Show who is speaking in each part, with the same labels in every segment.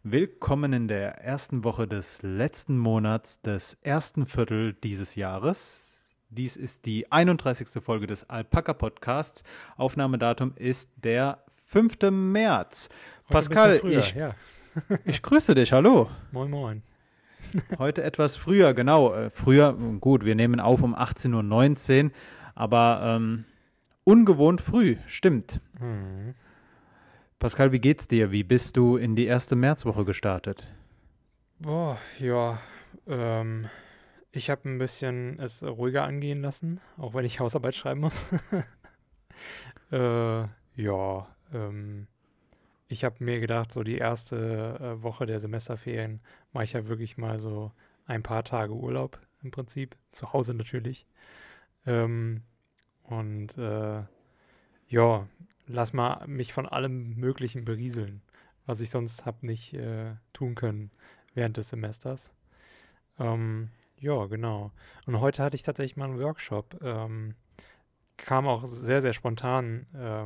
Speaker 1: Willkommen in der ersten Woche des letzten Monats des ersten Viertel dieses Jahres. Dies ist die 31. Folge des Alpaka-Podcasts. Aufnahmedatum ist der 5. März.
Speaker 2: Heute
Speaker 1: Pascal,
Speaker 2: ein bisschen früher,
Speaker 1: ich grüße dich, hallo.
Speaker 2: Moin, moin.
Speaker 1: Heute etwas früher, genau. Früher, gut, wir nehmen auf um 18:19 Uhr, aber ungewohnt früh, stimmt.
Speaker 2: Mhm.
Speaker 1: Pascal, wie geht's dir? Wie bist du in die erste Märzwoche gestartet?
Speaker 2: Boah, ja, ich habe ein bisschen es ruhiger angehen lassen, auch wenn ich Hausarbeit schreiben muss. Ja, ich habe mir gedacht, so die erste Woche der Semesterferien mache ich ja wirklich mal so ein paar Tage Urlaub im Prinzip, zu Hause natürlich. Ähm, und ja, lass mal mich von allem Möglichen berieseln, was ich sonst habe nicht tun können während des Semesters. Ja, genau. Und heute hatte ich tatsächlich mal einen Workshop. Kam auch sehr, sehr spontan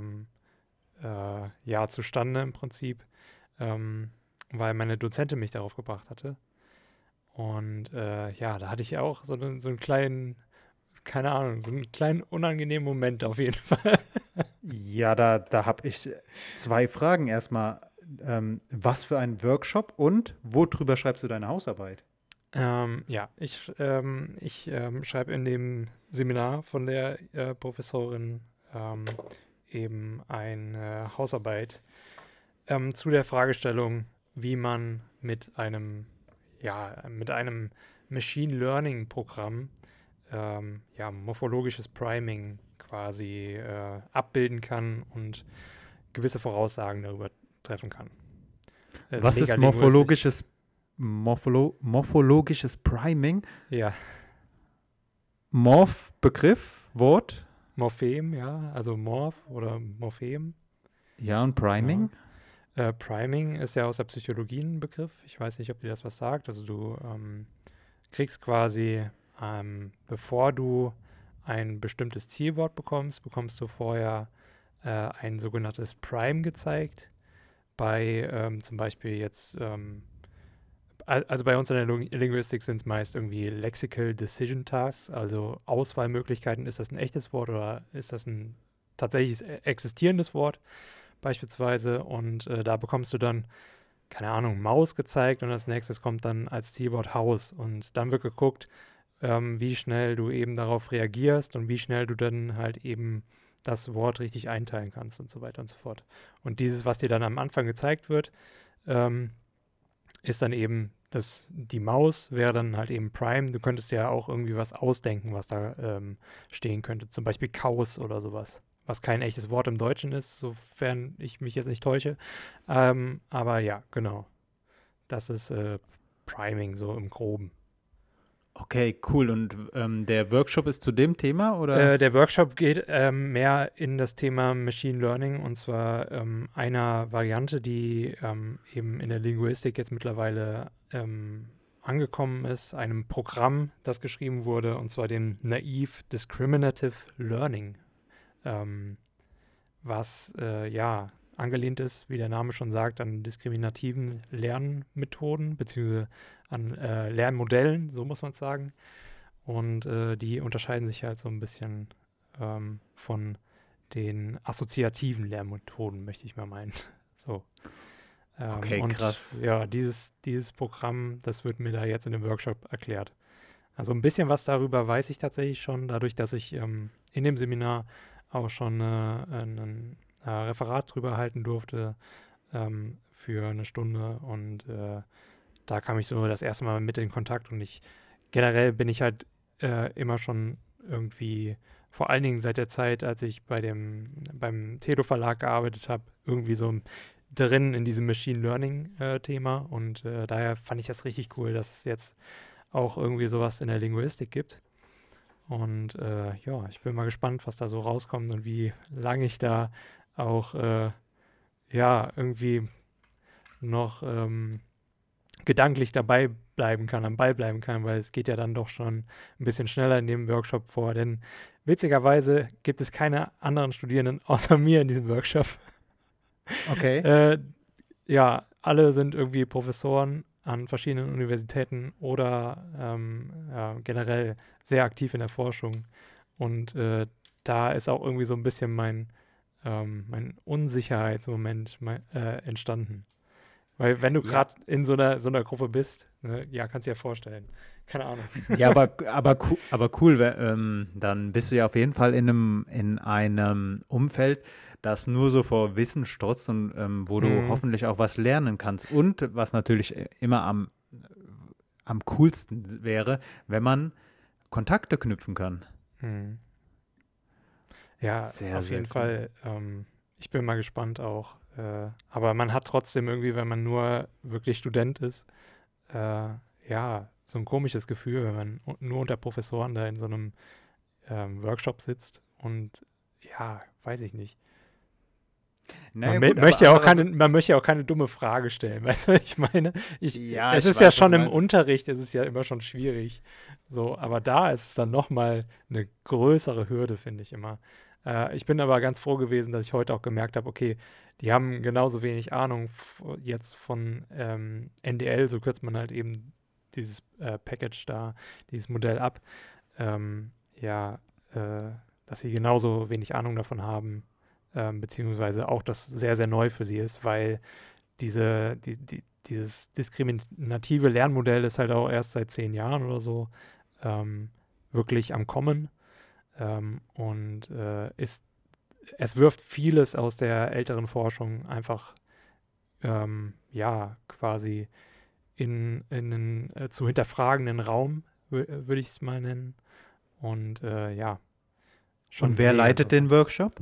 Speaker 2: ja, zustande im Prinzip, weil meine Dozentin mich darauf gebracht hatte. Und ja, da hatte ich auch so einen kleinen, keine Ahnung, so einen kleinen unangenehmen Moment auf jeden Fall.
Speaker 1: Ja, da habe ich zwei Fragen. Erstmal, was für ein Workshop und worüber schreibst du deine Hausarbeit?
Speaker 2: Ja, ich schreibe in dem Seminar von der Professorin eben eine Hausarbeit zu der Fragestellung, wie man mit einem Machine Learning Programm ja, morphologisches Priming quasi abbilden kann und gewisse Voraussagen darüber treffen kann.
Speaker 1: Was ist
Speaker 2: Megalinguistisch.
Speaker 1: morphologisches Priming?
Speaker 2: Ja,
Speaker 1: Morph, Begriff, Wort?
Speaker 2: Morphem, ja, also Morph oder Morphem.
Speaker 1: Ja, und Priming?
Speaker 2: Ja. Priming ist ja aus der Psychologie ein Begriff. Ich weiß nicht, ob dir das was sagt. Also du kriegst quasi, bevor du ein bestimmtes Zielwort bekommst, bekommst du vorher ein sogenanntes Prime gezeigt. Bei zum Beispiel jetzt, also bei uns in der Linguistik sind es meist irgendwie Lexical Decision Tasks, also Auswahlmöglichkeiten. Ist das ein echtes Wort oder ist das ein tatsächlich existierendes Wort beispielsweise? Und da bekommst du dann, keine Ahnung, Maus gezeigt und als nächstes kommt dann als Zielwort Haus. Und dann wird geguckt, wie schnell du eben darauf reagierst und wie schnell du dann halt eben das Wort richtig einteilen kannst und so weiter und so fort. Und dieses, was dir dann am Anfang gezeigt wird, ist dann eben, die Maus wäre dann halt eben Prime. Du könntest ja auch irgendwie was ausdenken, was da stehen könnte. Zum Beispiel Chaos oder sowas. Was kein echtes Wort im Deutschen ist, sofern ich mich jetzt nicht täusche. Aber ja, genau. Das ist Priming, so im Groben.
Speaker 1: Okay, cool. Und der Workshop ist zu dem Thema, oder?
Speaker 2: Der Workshop geht mehr in das Thema Machine Learning und zwar einer Variante, die eben in der Linguistik jetzt mittlerweile angekommen ist, einem Programm, das geschrieben wurde, und zwar dem Naive Discriminative Learning, was ja angelehnt ist, wie der Name schon sagt, an diskriminativen Lernmethoden beziehungsweise an Lernmodellen, so muss man es sagen. Und die unterscheiden sich halt so ein bisschen von den assoziativen Lernmethoden, möchte ich mal meinen. So.
Speaker 1: Okay,
Speaker 2: und
Speaker 1: krass.
Speaker 2: ja, dieses Programm, das wird mir da jetzt in dem Workshop erklärt. Also ein bisschen was darüber weiß ich tatsächlich schon, dadurch, dass ich in dem Seminar auch schon ein Referat drüber halten durfte für eine Stunde und da kam ich so das erste Mal mit in Kontakt und generell bin ich halt immer schon irgendwie, vor allen Dingen seit der Zeit, als ich beim Thedo Verlag gearbeitet habe, irgendwie so drin in diesem Machine Learning Thema und daher fand ich das richtig cool, dass es jetzt auch irgendwie sowas in der Linguistik gibt. Und ja, ich bin mal gespannt, was da so rauskommt und wie lange ich da auch ja, irgendwie noch gedanklich dabei bleiben kann, am Ball bleiben kann, weil es geht ja dann doch schon ein bisschen schneller in dem Workshop vor, denn witzigerweise gibt es keine anderen Studierenden außer mir in diesem Workshop.
Speaker 1: Okay.
Speaker 2: Ja, alle sind irgendwie Professoren an verschiedenen Universitäten oder generell sehr aktiv in der Forschung. Und da ist auch irgendwie so ein bisschen mein Unsicherheitsmoment entstanden. Weil wenn du gerade in so einer Gruppe bist, ne, ja, kannst du dir vorstellen. Keine Ahnung.
Speaker 1: Ja, aber cool, dann bist du ja auf jeden Fall in einem Umfeld, das nur so vor Wissen strotzt und wo du hoffentlich auch was lernen kannst. Und was natürlich immer am coolsten wäre, wenn man Kontakte knüpfen kann.
Speaker 2: Mhm. Ja,
Speaker 1: Sehr,
Speaker 2: auf
Speaker 1: sehr
Speaker 2: jeden
Speaker 1: cool.
Speaker 2: Fall. Ich bin mal gespannt auch. Aber man hat trotzdem irgendwie, wenn man nur wirklich Student ist, ja, so ein komisches Gefühl, wenn man nur unter Professoren da in so einem Workshop sitzt und ja, weiß ich nicht.
Speaker 1: Naja,
Speaker 2: Man
Speaker 1: gut, aber
Speaker 2: möchte ja auch
Speaker 1: andererseits.
Speaker 2: man möchte ja auch keine dumme Frage stellen, weißt du, was ich meine?
Speaker 1: Ja,
Speaker 2: Es
Speaker 1: ich
Speaker 2: ist ja
Speaker 1: weiß, was
Speaker 2: schon
Speaker 1: du
Speaker 2: im
Speaker 1: meinst.
Speaker 2: Unterricht, es ist ja immer schon schwierig. So, aber da ist es dann nochmal eine größere Hürde, finde ich immer. Ich bin aber ganz froh gewesen, dass ich heute auch gemerkt habe, okay, die haben genauso wenig Ahnung jetzt von NDL, so kürzt man halt eben dieses Package da, dieses Modell ab. Ja, dass sie genauso wenig Ahnung davon haben, beziehungsweise auch das sehr, sehr neu für sie ist, weil dieses diskriminative Lernmodell ist halt auch erst seit 10 Jahren oder so wirklich am Kommen und es wirft vieles aus der älteren Forschung einfach ja quasi in einen zu hinterfragenden Raum, würde ich es mal nennen. Und ja, schon
Speaker 1: Und wer
Speaker 2: mega
Speaker 1: leitet den
Speaker 2: interessant.
Speaker 1: Workshop?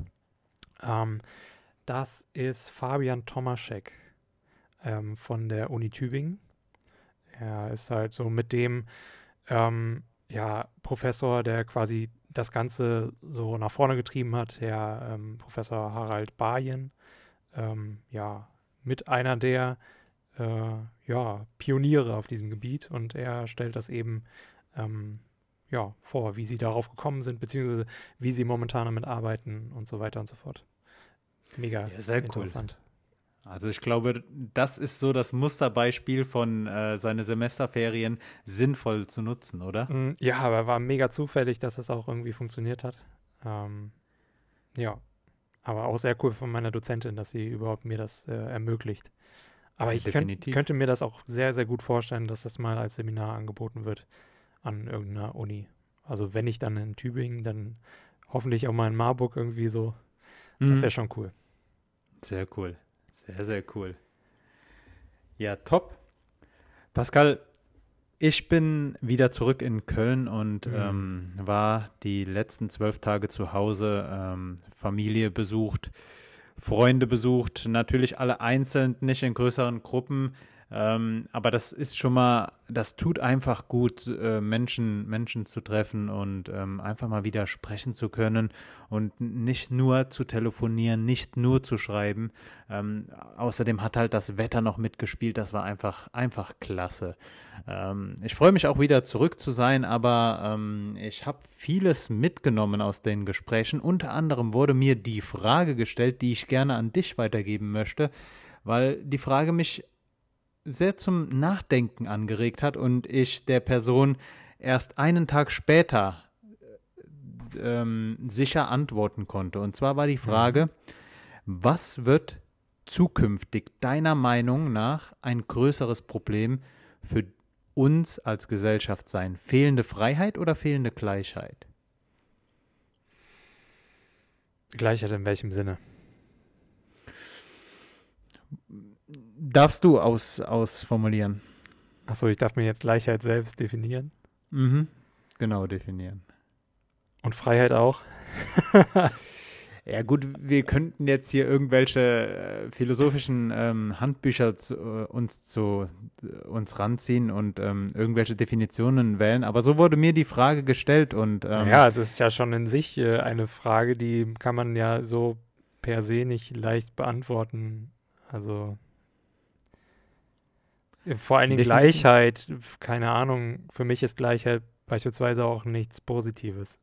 Speaker 2: Das ist Fabian Tomaschek von der Uni Tübingen. Er ist halt so mit dem ja, Professor, der quasi das Ganze so nach vorne getrieben hat, Herr Professor Harald Barjen. Ja, mit einer der ja, Pioniere auf diesem Gebiet und er stellt das eben ja, vor, wie sie darauf gekommen sind, beziehungsweise wie sie momentan damit arbeiten und so weiter und so fort. Mega
Speaker 1: Ja, sehr cool.
Speaker 2: interessant.
Speaker 1: Also ich glaube, das ist so das Musterbeispiel von seine Semesterferien sinnvoll zu nutzen, oder?
Speaker 2: Ja, aber war mega zufällig, dass es auch irgendwie funktioniert hat. Ja, aber auch sehr cool von meiner Dozentin, dass sie überhaupt mir das ermöglicht. Aber
Speaker 1: Ja,
Speaker 2: ich
Speaker 1: definitiv.
Speaker 2: könnte mir das auch sehr, sehr gut vorstellen, dass das mal als Seminar angeboten wird an irgendeiner Uni. Also wenn nicht dann in Tübingen, dann hoffentlich auch mal in Marburg irgendwie so. Das wäre schon cool.
Speaker 1: Sehr cool. Sehr, sehr cool. Ja, top. Pascal, ich bin wieder zurück in Köln und war die letzten 12 Tage zu Hause, Familie besucht, Freunde besucht, natürlich alle einzeln, nicht in größeren Gruppen, aber das ist schon mal, das tut einfach gut, Menschen zu treffen und einfach mal wieder sprechen zu können und nicht nur zu telefonieren, nicht nur zu schreiben. Außerdem hat halt das Wetter noch mitgespielt, das war einfach klasse. Ich freue mich auch wieder zurück zu sein, aber ich habe vieles mitgenommen aus den Gesprächen. Unter anderem wurde mir die Frage gestellt, die ich gerne an dich weitergeben möchte, weil die Frage mich sehr zum Nachdenken angeregt hat und ich der Person erst einen Tag später sicher antworten konnte. Und zwar war die Frage, was wird zukünftig deiner Meinung nach ein größeres Problem für uns als Gesellschaft sein? Fehlende Freiheit oder fehlende Gleichheit?
Speaker 2: Gleichheit in welchem Sinne?
Speaker 1: Darfst du ausformulieren?
Speaker 2: Achso, ich darf mir jetzt Gleichheit selbst definieren.
Speaker 1: Genau, definieren.
Speaker 2: Und Freiheit auch.
Speaker 1: Ja gut, wir könnten jetzt hier irgendwelche philosophischen Handbücher uns ranziehen und irgendwelche Definitionen wählen, aber so wurde mir die Frage gestellt und
Speaker 2: Ja, es ist ja schon in sich eine Frage, die kann man ja so per se nicht leicht beantworten. Also vor allen Dingen
Speaker 1: definitiv.
Speaker 2: Gleichheit, keine Ahnung, für mich ist Gleichheit beispielsweise auch nichts Positives.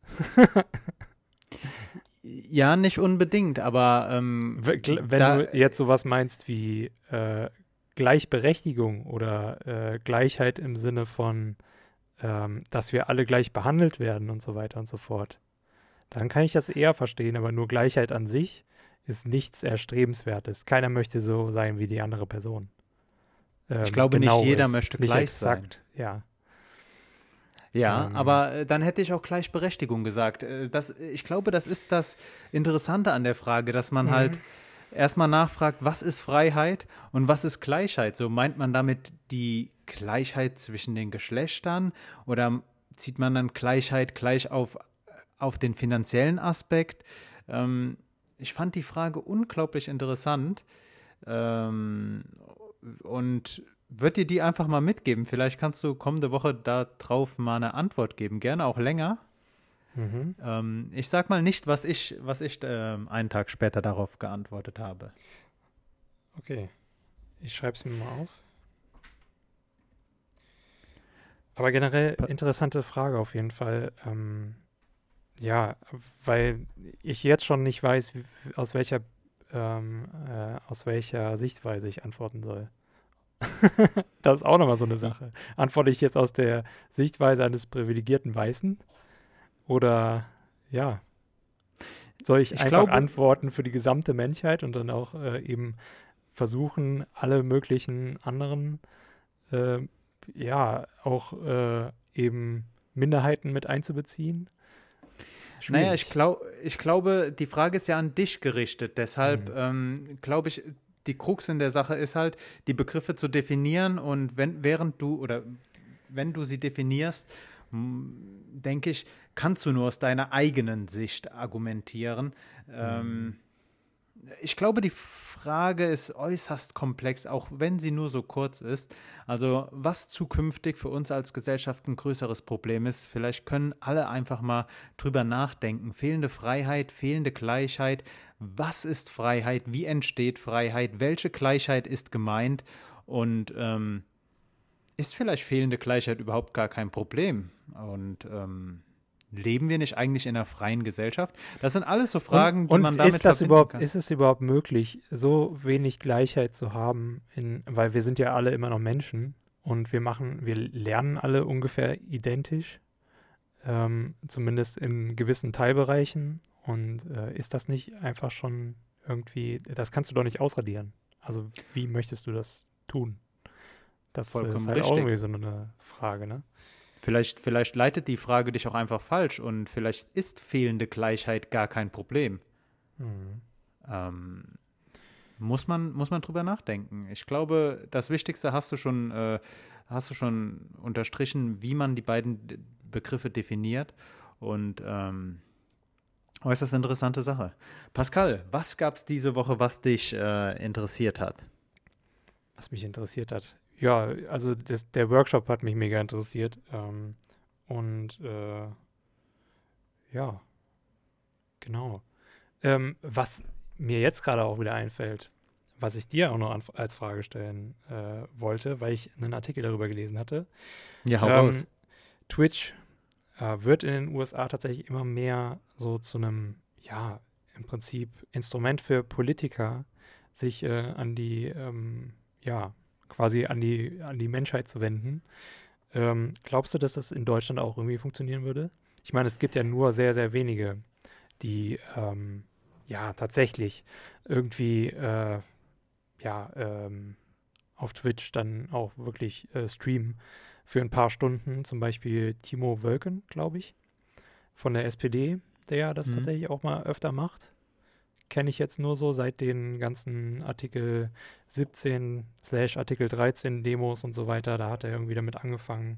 Speaker 1: Ja, nicht unbedingt, aber
Speaker 2: Wenn du jetzt sowas meinst wie Gleichberechtigung oder Gleichheit im Sinne von, dass wir alle gleich behandelt werden und so weiter und so fort, dann kann ich das eher verstehen, aber nur Gleichheit an sich ist nichts Erstrebenswertes. Keiner möchte so sein wie die andere Person.
Speaker 1: Ich glaube, nicht
Speaker 2: Genau
Speaker 1: jeder
Speaker 2: ist,
Speaker 1: möchte
Speaker 2: nicht
Speaker 1: gleich sein.
Speaker 2: exakt, ja.
Speaker 1: Ja, aber dann hätte ich auch Gleichberechtigung gesagt. Ich glaube, das ist das Interessante an der Frage, dass man halt erstmal nachfragt, was ist Freiheit und was ist Gleichheit? So meint man damit die Gleichheit zwischen den Geschlechtern oder zieht man dann Gleichheit gleich auf den finanziellen Aspekt? Ich fand die Frage unglaublich interessant und würde dir die einfach mal mitgeben. Vielleicht kannst du kommende Woche darauf mal eine Antwort geben, gerne auch länger. Ich sag mal nicht, was ich einen Tag später darauf geantwortet habe.
Speaker 2: Okay, ich schreibe es mir mal auf. Aber generell interessante Frage auf jeden Fall. Ja, weil ich jetzt schon nicht weiß, aus welcher Sichtweise ich antworten soll. Das ist auch nochmal so eine Sache. Antworte ich jetzt aus der Sichtweise eines privilegierten Weißen? Oder ja, soll ich einfach antworten für die gesamte Menschheit und dann auch eben versuchen, alle möglichen anderen, auch eben Minderheiten mit einzubeziehen? Schwierig.
Speaker 1: Naja, ich glaube, die Frage ist ja an dich gerichtet. Deshalb glaube ich, die Krux in der Sache ist halt, die Begriffe zu definieren und wenn du sie definierst, denke ich, kannst du nur aus deiner eigenen Sicht argumentieren. Ich glaube, die Frage ist äußerst komplex, auch wenn sie nur so kurz ist. Also was zukünftig für uns als Gesellschaft ein größeres Problem ist, vielleicht können alle einfach mal drüber nachdenken. Fehlende Freiheit, fehlende Gleichheit. Was ist Freiheit? Wie entsteht Freiheit? Welche Gleichheit ist gemeint? Und ist vielleicht fehlende Gleichheit überhaupt gar kein Problem? Und leben wir nicht eigentlich in einer freien Gesellschaft? Das sind alles so Fragen, die man damit verbinden kann.
Speaker 2: Ist es überhaupt möglich, so wenig Gleichheit zu haben, weil wir sind ja alle immer noch Menschen und wir lernen alle ungefähr identisch, zumindest in gewissen Teilbereichen. Und ist das nicht einfach schon irgendwie, das kannst du doch nicht ausradieren. Also wie möchtest du das tun? Das ist halt auch irgendwie so eine Frage, ne?
Speaker 1: Vielleicht leitet die Frage dich auch einfach falsch und vielleicht ist fehlende Gleichheit gar kein Problem. Muss man drüber nachdenken. Ich glaube, das Wichtigste hast du schon unterstrichen, wie man die beiden Begriffe definiert und äußerst interessante Sache. Pascal, was gab es diese Woche, was dich interessiert hat?
Speaker 2: Was mich interessiert hat? Ja, also der Workshop hat mich mega interessiert. Ja, genau. Was mir jetzt gerade auch wieder einfällt, was ich dir auch noch als Frage stellen wollte, weil ich einen Artikel darüber gelesen hatte.
Speaker 1: Ja, hau raus.
Speaker 2: Twitch wird in den USA tatsächlich immer mehr so zu einem, ja, im Prinzip Instrument für Politiker, sich quasi an die Menschheit zu wenden. Glaubst du, dass das in Deutschland auch irgendwie funktionieren würde? Ich meine, es gibt ja nur sehr, sehr wenige, die tatsächlich irgendwie auf Twitch dann auch wirklich streamen für ein paar Stunden. Zum Beispiel Timo Wölken, glaube ich, von der SPD, der das tatsächlich auch mal öfter macht. Kenne ich jetzt nur so seit den ganzen Artikel 17/Artikel 13 Demos und so weiter. Da hat er irgendwie damit angefangen.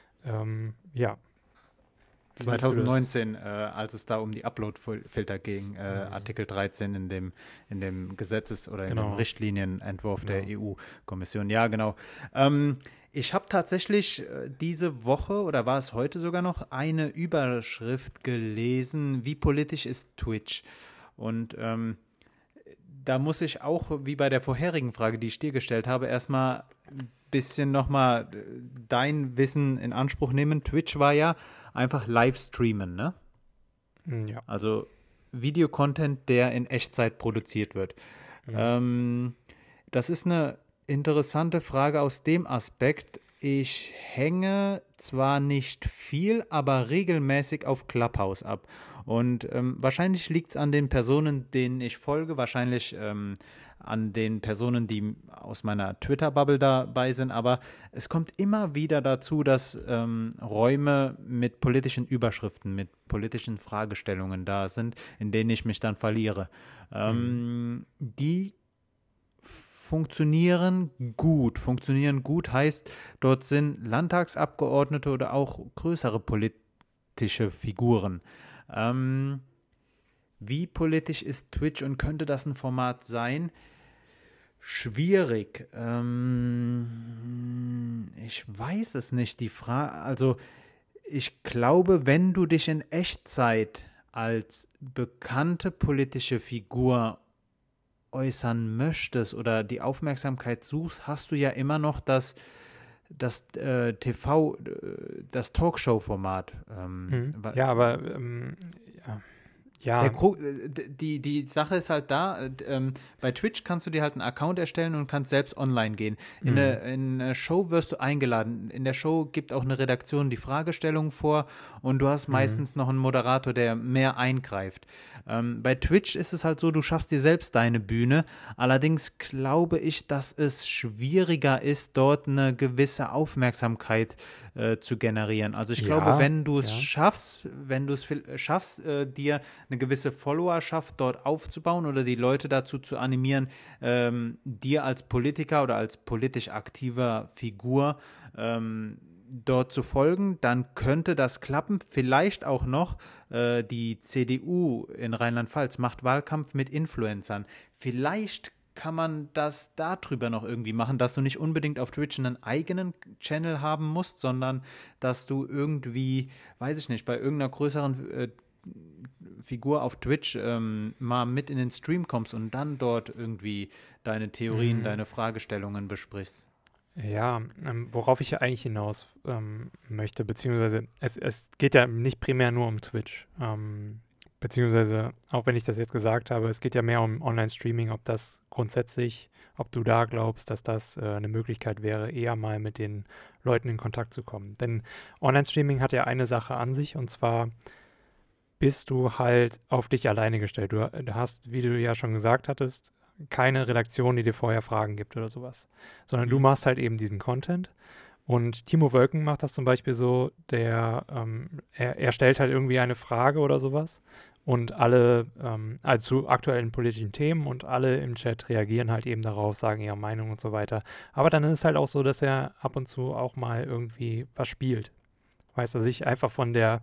Speaker 1: 2019, als es da um die Upload-Filter ging, Artikel 13 in dem Gesetzes- oder in dem Richtlinienentwurf der EU-Kommission. Ja, genau. Ich habe tatsächlich diese Woche, oder war es heute sogar noch, eine Überschrift gelesen, wie politisch ist Twitch? Und da muss ich auch, wie bei der vorherigen Frage, die ich dir gestellt habe, erstmal ein bisschen nochmal dein Wissen in Anspruch nehmen. Twitch war ja einfach Livestreamen, ne?
Speaker 2: Ja.
Speaker 1: Also Videocontent, der in Echtzeit produziert wird. Das ist eine interessante Frage aus dem Aspekt. Ich hänge zwar nicht viel, aber regelmäßig auf Clubhouse ab. Und wahrscheinlich liegt es an den Personen, denen ich folge, wahrscheinlich an den Personen, die aus meiner Twitter-Bubble dabei sind, aber es kommt immer wieder dazu, dass Räume mit politischen Überschriften, mit politischen Fragestellungen da sind, in denen ich mich dann verliere. Die funktionieren gut. Funktionieren gut heißt, dort sind Landtagsabgeordnete oder auch größere politische Figuren. Wie politisch ist Twitch und könnte das ein Format sein? Schwierig. Ich weiß es nicht. Die Frage, also ich glaube, wenn du dich in Echtzeit als bekannte politische Figur äußern möchtest oder die Aufmerksamkeit suchst, hast du ja immer noch das TV, das Talkshow-Format.
Speaker 2: Ja, aber ja.
Speaker 1: Die Sache ist halt da, bei Twitch kannst du dir halt einen Account erstellen und kannst selbst online gehen. In eine Show wirst du eingeladen. In der Show gibt auch eine Redaktion die Fragestellung vor und du hast meistens noch einen Moderator, der mehr eingreift. Bei Twitch ist es halt so, du schaffst dir selbst deine Bühne. Allerdings glaube ich, dass es schwieriger ist, dort eine gewisse Aufmerksamkeit zu generieren. Also ich glaube, wenn du es schaffst, dir eine gewisse Followerschaft dort aufzubauen oder die Leute dazu zu animieren, dir als Politiker oder als politisch aktiver Figur dort zu folgen, dann könnte das klappen. Vielleicht auch noch die CDU in Rheinland-Pfalz macht Wahlkampf mit Influencern. Vielleicht kann man das darüber noch irgendwie machen, dass du nicht unbedingt auf Twitch einen eigenen Channel haben musst, sondern dass du irgendwie, weiß ich nicht, bei irgendeiner größeren Figur auf Twitch mal mit in den Stream kommst und dann dort irgendwie deine Theorien, deine Fragestellungen besprichst.
Speaker 2: Ja, worauf ich ja eigentlich hinaus möchte, beziehungsweise es geht ja nicht primär nur um Twitch, beziehungsweise auch wenn ich das jetzt gesagt habe, es geht ja mehr um Online-Streaming, ob das grundsätzlich, ob du da glaubst, dass das eine Möglichkeit wäre, eher mal mit den Leuten in Kontakt zu kommen. Denn Online-Streaming hat ja eine Sache an sich und zwar bist du halt auf dich alleine gestellt. Du hast, wie du ja schon gesagt hattest, keine Redaktion, die dir vorher Fragen gibt oder sowas, sondern du machst halt eben diesen Content. Und Timo Wölken macht das zum Beispiel so, er stellt halt irgendwie eine Frage oder sowas und alle, also zu aktuellen politischen Themen und alle im Chat reagieren halt eben darauf, sagen ihre Meinung und so weiter. Aber dann ist es halt auch so, dass er ab und zu auch mal irgendwie was spielt. Weißt du, sich einfach von der,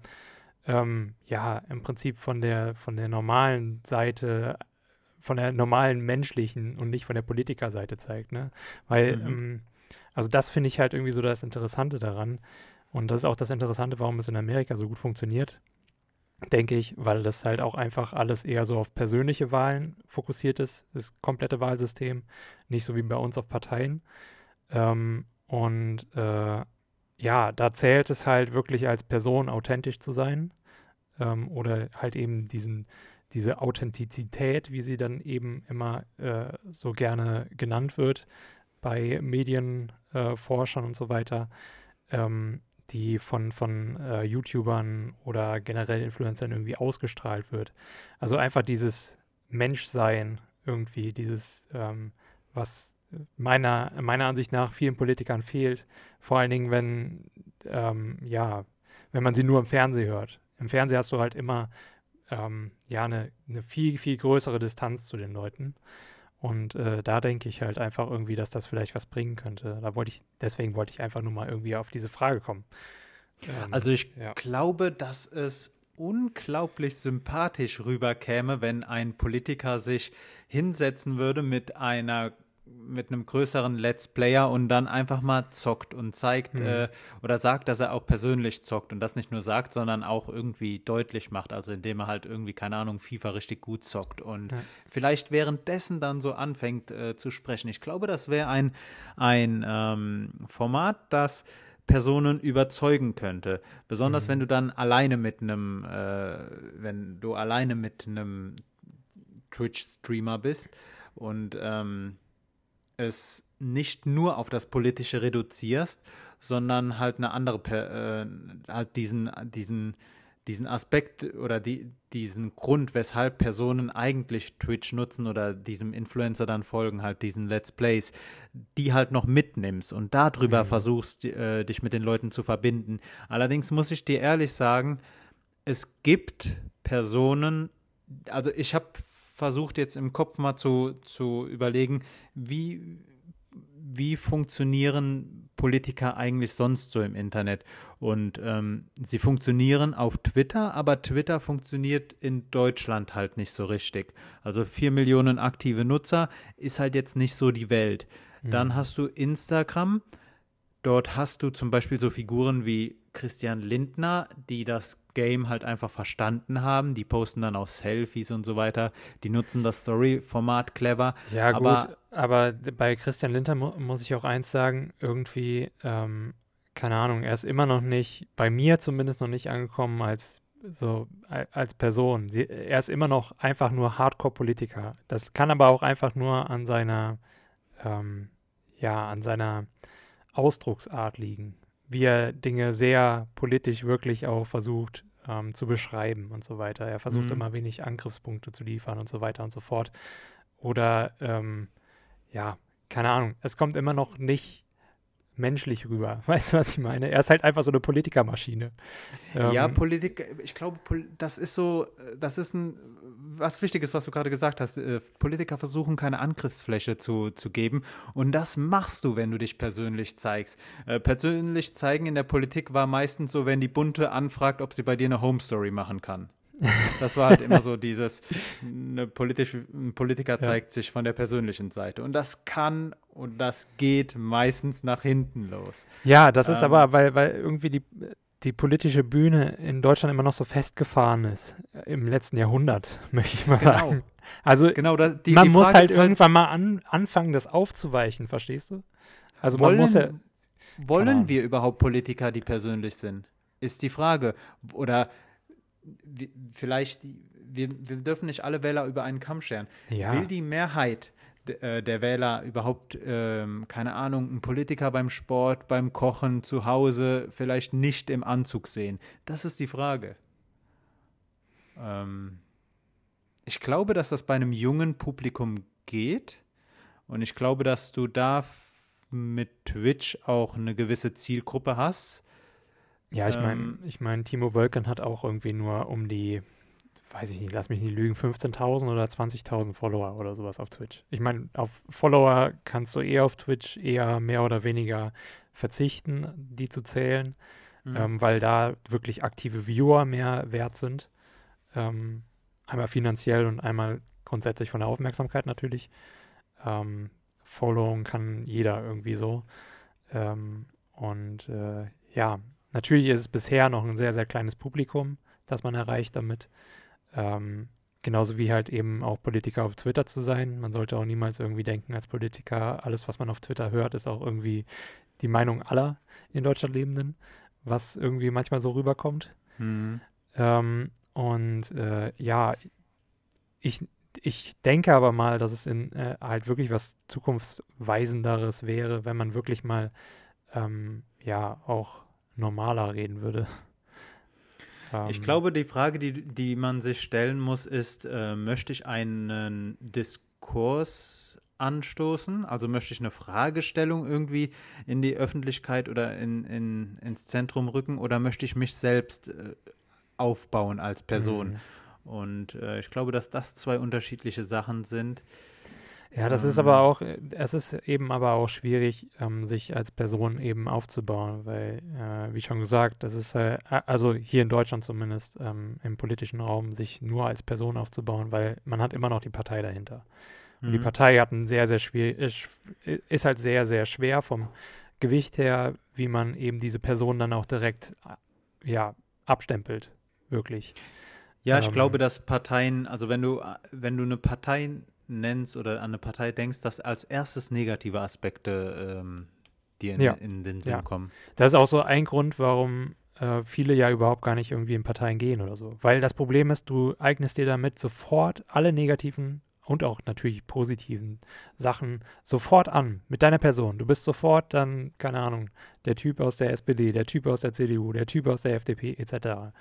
Speaker 2: ja, im Prinzip von der normalen Seite, von der normalen menschlichen und nicht von der Politikerseite zeigt, ne? Weil, also das finde ich halt irgendwie so das Interessante daran. Und das ist auch das Interessante, warum es in Amerika so gut funktioniert, denke ich, weil das halt auch einfach alles eher so auf persönliche Wahlen fokussiert ist, das komplette Wahlsystem, nicht so wie bei uns auf Parteien. Ja, da zählt es halt wirklich als Person authentisch zu sein oder halt eben diese Authentizität, wie sie dann eben immer so gerne genannt wird bei Medienforschern und so weiter, die von YouTubern oder generell Influencern irgendwie ausgestrahlt wird. Also einfach dieses Menschsein irgendwie, dieses, was meiner Ansicht nach vielen Politikern fehlt, vor allen Dingen, wenn man sie nur im Fernsehen hört. Im Fernsehen hast du halt immer eine viel, viel größere Distanz zu den Leuten. Und da denke ich halt einfach irgendwie, dass das vielleicht was bringen könnte. Deswegen wollte ich einfach nur mal irgendwie auf diese Frage kommen.
Speaker 1: Also ich glaube, dass es unglaublich sympathisch rüberkäme, wenn ein Politiker sich hinsetzen würde mit einem größeren Let's Player und dann einfach mal zockt und zeigt oder sagt, dass er auch persönlich zockt und das nicht nur sagt, sondern auch irgendwie deutlich macht, also indem er halt irgendwie, keine Ahnung, FIFA richtig gut zockt und vielleicht währenddessen dann so anfängt zu sprechen. Ich glaube, das wäre ein Format, das Personen überzeugen könnte. Besonders wenn du dann alleine mit einem Twitch-Streamer bist und es nicht nur auf das Politische reduzierst, sondern halt eine andere, halt diesen Aspekt oder diesen Grund, weshalb Personen eigentlich Twitch nutzen oder diesem Influencer dann folgen, halt diesen Let's Plays, die halt noch mitnimmst und darüber versuchst, dich mit den Leuten zu verbinden. Allerdings muss ich dir ehrlich sagen, es gibt Personen, also ich habe versucht jetzt im Kopf mal zu überlegen, wie funktionieren Politiker eigentlich sonst so im Internet? Und sie funktionieren auf Twitter, aber Twitter funktioniert in Deutschland halt nicht so richtig. Also 4 Millionen aktive Nutzer ist halt jetzt nicht so die Welt. Dann hast du Instagram. Dort hast du zum Beispiel so Figuren wie Christian Lindner, die das Game halt einfach verstanden haben. Die posten dann auch Selfies und so weiter. Die nutzen das Story-Format clever.
Speaker 2: Ja, gut, aber bei Christian Lindner muss ich auch eins sagen, irgendwie, keine Ahnung, er ist immer noch nicht, bei mir zumindest noch nicht angekommen als Person. Er ist immer noch einfach nur Hardcore-Politiker. Das kann aber auch einfach nur an seiner Ausdrucksart liegen, wie er Dinge sehr politisch wirklich auch versucht zu beschreiben und so weiter. Er versucht immer wenig Angriffspunkte zu liefern und so weiter und so fort. Oder, keine Ahnung, es kommt immer noch nicht menschlich rüber. Weißt du, was ich meine? Er ist halt einfach so eine Politikermaschine.
Speaker 1: Ja, Politik, ich glaube, das ist was Wichtiges, was du gerade gesagt hast. Politiker versuchen, keine Angriffsfläche zu geben. Und das machst du, wenn du dich persönlich zeigst. Persönlich zeigen in der Politik war meistens so, wenn die Bunte anfragt, ob sie bei dir eine Home-Story machen kann. Das war halt immer so ein Politiker zeigt sich von der persönlichen Seite. Und das kann und das geht meistens nach hinten los.
Speaker 2: Ja, das ist aber, weil irgendwie die politische Bühne in Deutschland immer noch so festgefahren ist. Im letzten Jahrhundert, möchte ich mal sagen. Also man muss halt irgendwann mal anfangen, das aufzuweichen, verstehst du? Also
Speaker 1: wollen wir überhaupt Politiker, die persönlich sind? Ist die Frage. Oder wir dürfen nicht alle Wähler über einen Kamm scheren.
Speaker 2: Ja.
Speaker 1: Will die Mehrheit der Wähler überhaupt, keine Ahnung, einen Politiker beim Sport, beim Kochen, zu Hause vielleicht nicht im Anzug sehen? Das ist die Frage. Ich glaube, dass das bei einem jungen Publikum geht und ich glaube, dass du da mit Twitch auch eine gewisse Zielgruppe hast.
Speaker 2: Ja, ich meine, Timo Wölken hat auch irgendwie nur um die, weiß ich nicht, lass mich nicht lügen, 15.000 oder 20.000 Follower oder sowas auf Twitch. Ich meine, auf Follower kannst du auf Twitch eher mehr oder weniger verzichten, die zu zählen, weil da wirklich aktive Viewer mehr wert sind. Einmal finanziell und einmal grundsätzlich von der Aufmerksamkeit natürlich. Followen kann jeder irgendwie so. Natürlich ist es bisher noch ein sehr, sehr kleines Publikum, das man erreicht damit. Genauso wie halt eben auch Politiker auf Twitter zu sein. Man sollte auch niemals irgendwie denken, als Politiker, alles, was man auf Twitter hört, ist auch irgendwie die Meinung aller in Deutschland Lebenden, was irgendwie manchmal so rüberkommt. Ich denke aber mal, dass es halt wirklich was Zukunftsweisenderes wäre, wenn man wirklich mal auch normaler reden würde.
Speaker 1: Ich glaube, die Frage, die man sich stellen muss, ist, möchte ich einen Diskurs anstoßen? Also möchte ich eine Fragestellung irgendwie in die Öffentlichkeit oder ins Zentrum rücken oder möchte ich mich selbst aufbauen als Person? Und ich glaube, dass das zwei unterschiedliche Sachen sind.
Speaker 2: Ja, das ist aber auch, es ist eben aber auch schwierig, sich als Person eben aufzubauen, weil, wie schon gesagt, das ist, also hier in Deutschland zumindest, im politischen Raum, sich nur als Person aufzubauen, weil man hat immer noch die Partei dahinter. Und die Partei hat ein sehr, sehr ist halt sehr, sehr schwer vom Gewicht her, wie man eben diese Person dann auch direkt, abstempelt, wirklich.
Speaker 1: Ja, ich glaube, dass Parteien, also wenn du eine Partei nennst oder an eine Partei denkst, dass als erstes negative Aspekte dir in den Sinn kommen.
Speaker 2: Das ist auch so ein Grund, warum viele ja überhaupt gar nicht irgendwie in Parteien gehen oder so. Weil das Problem ist, du eignest dir damit sofort alle negativen und auch natürlich positiven Sachen sofort an mit deiner Person. Du bist sofort dann, keine Ahnung, der Typ aus der SPD, der Typ aus der CDU, der Typ aus der FDP etc.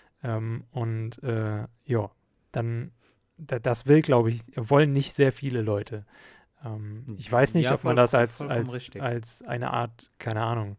Speaker 2: Dann, das wollen nicht sehr viele Leute. Ich weiß nicht,
Speaker 1: Ja,
Speaker 2: ob man das
Speaker 1: vollkommen richtig.
Speaker 2: als eine Art, keine Ahnung,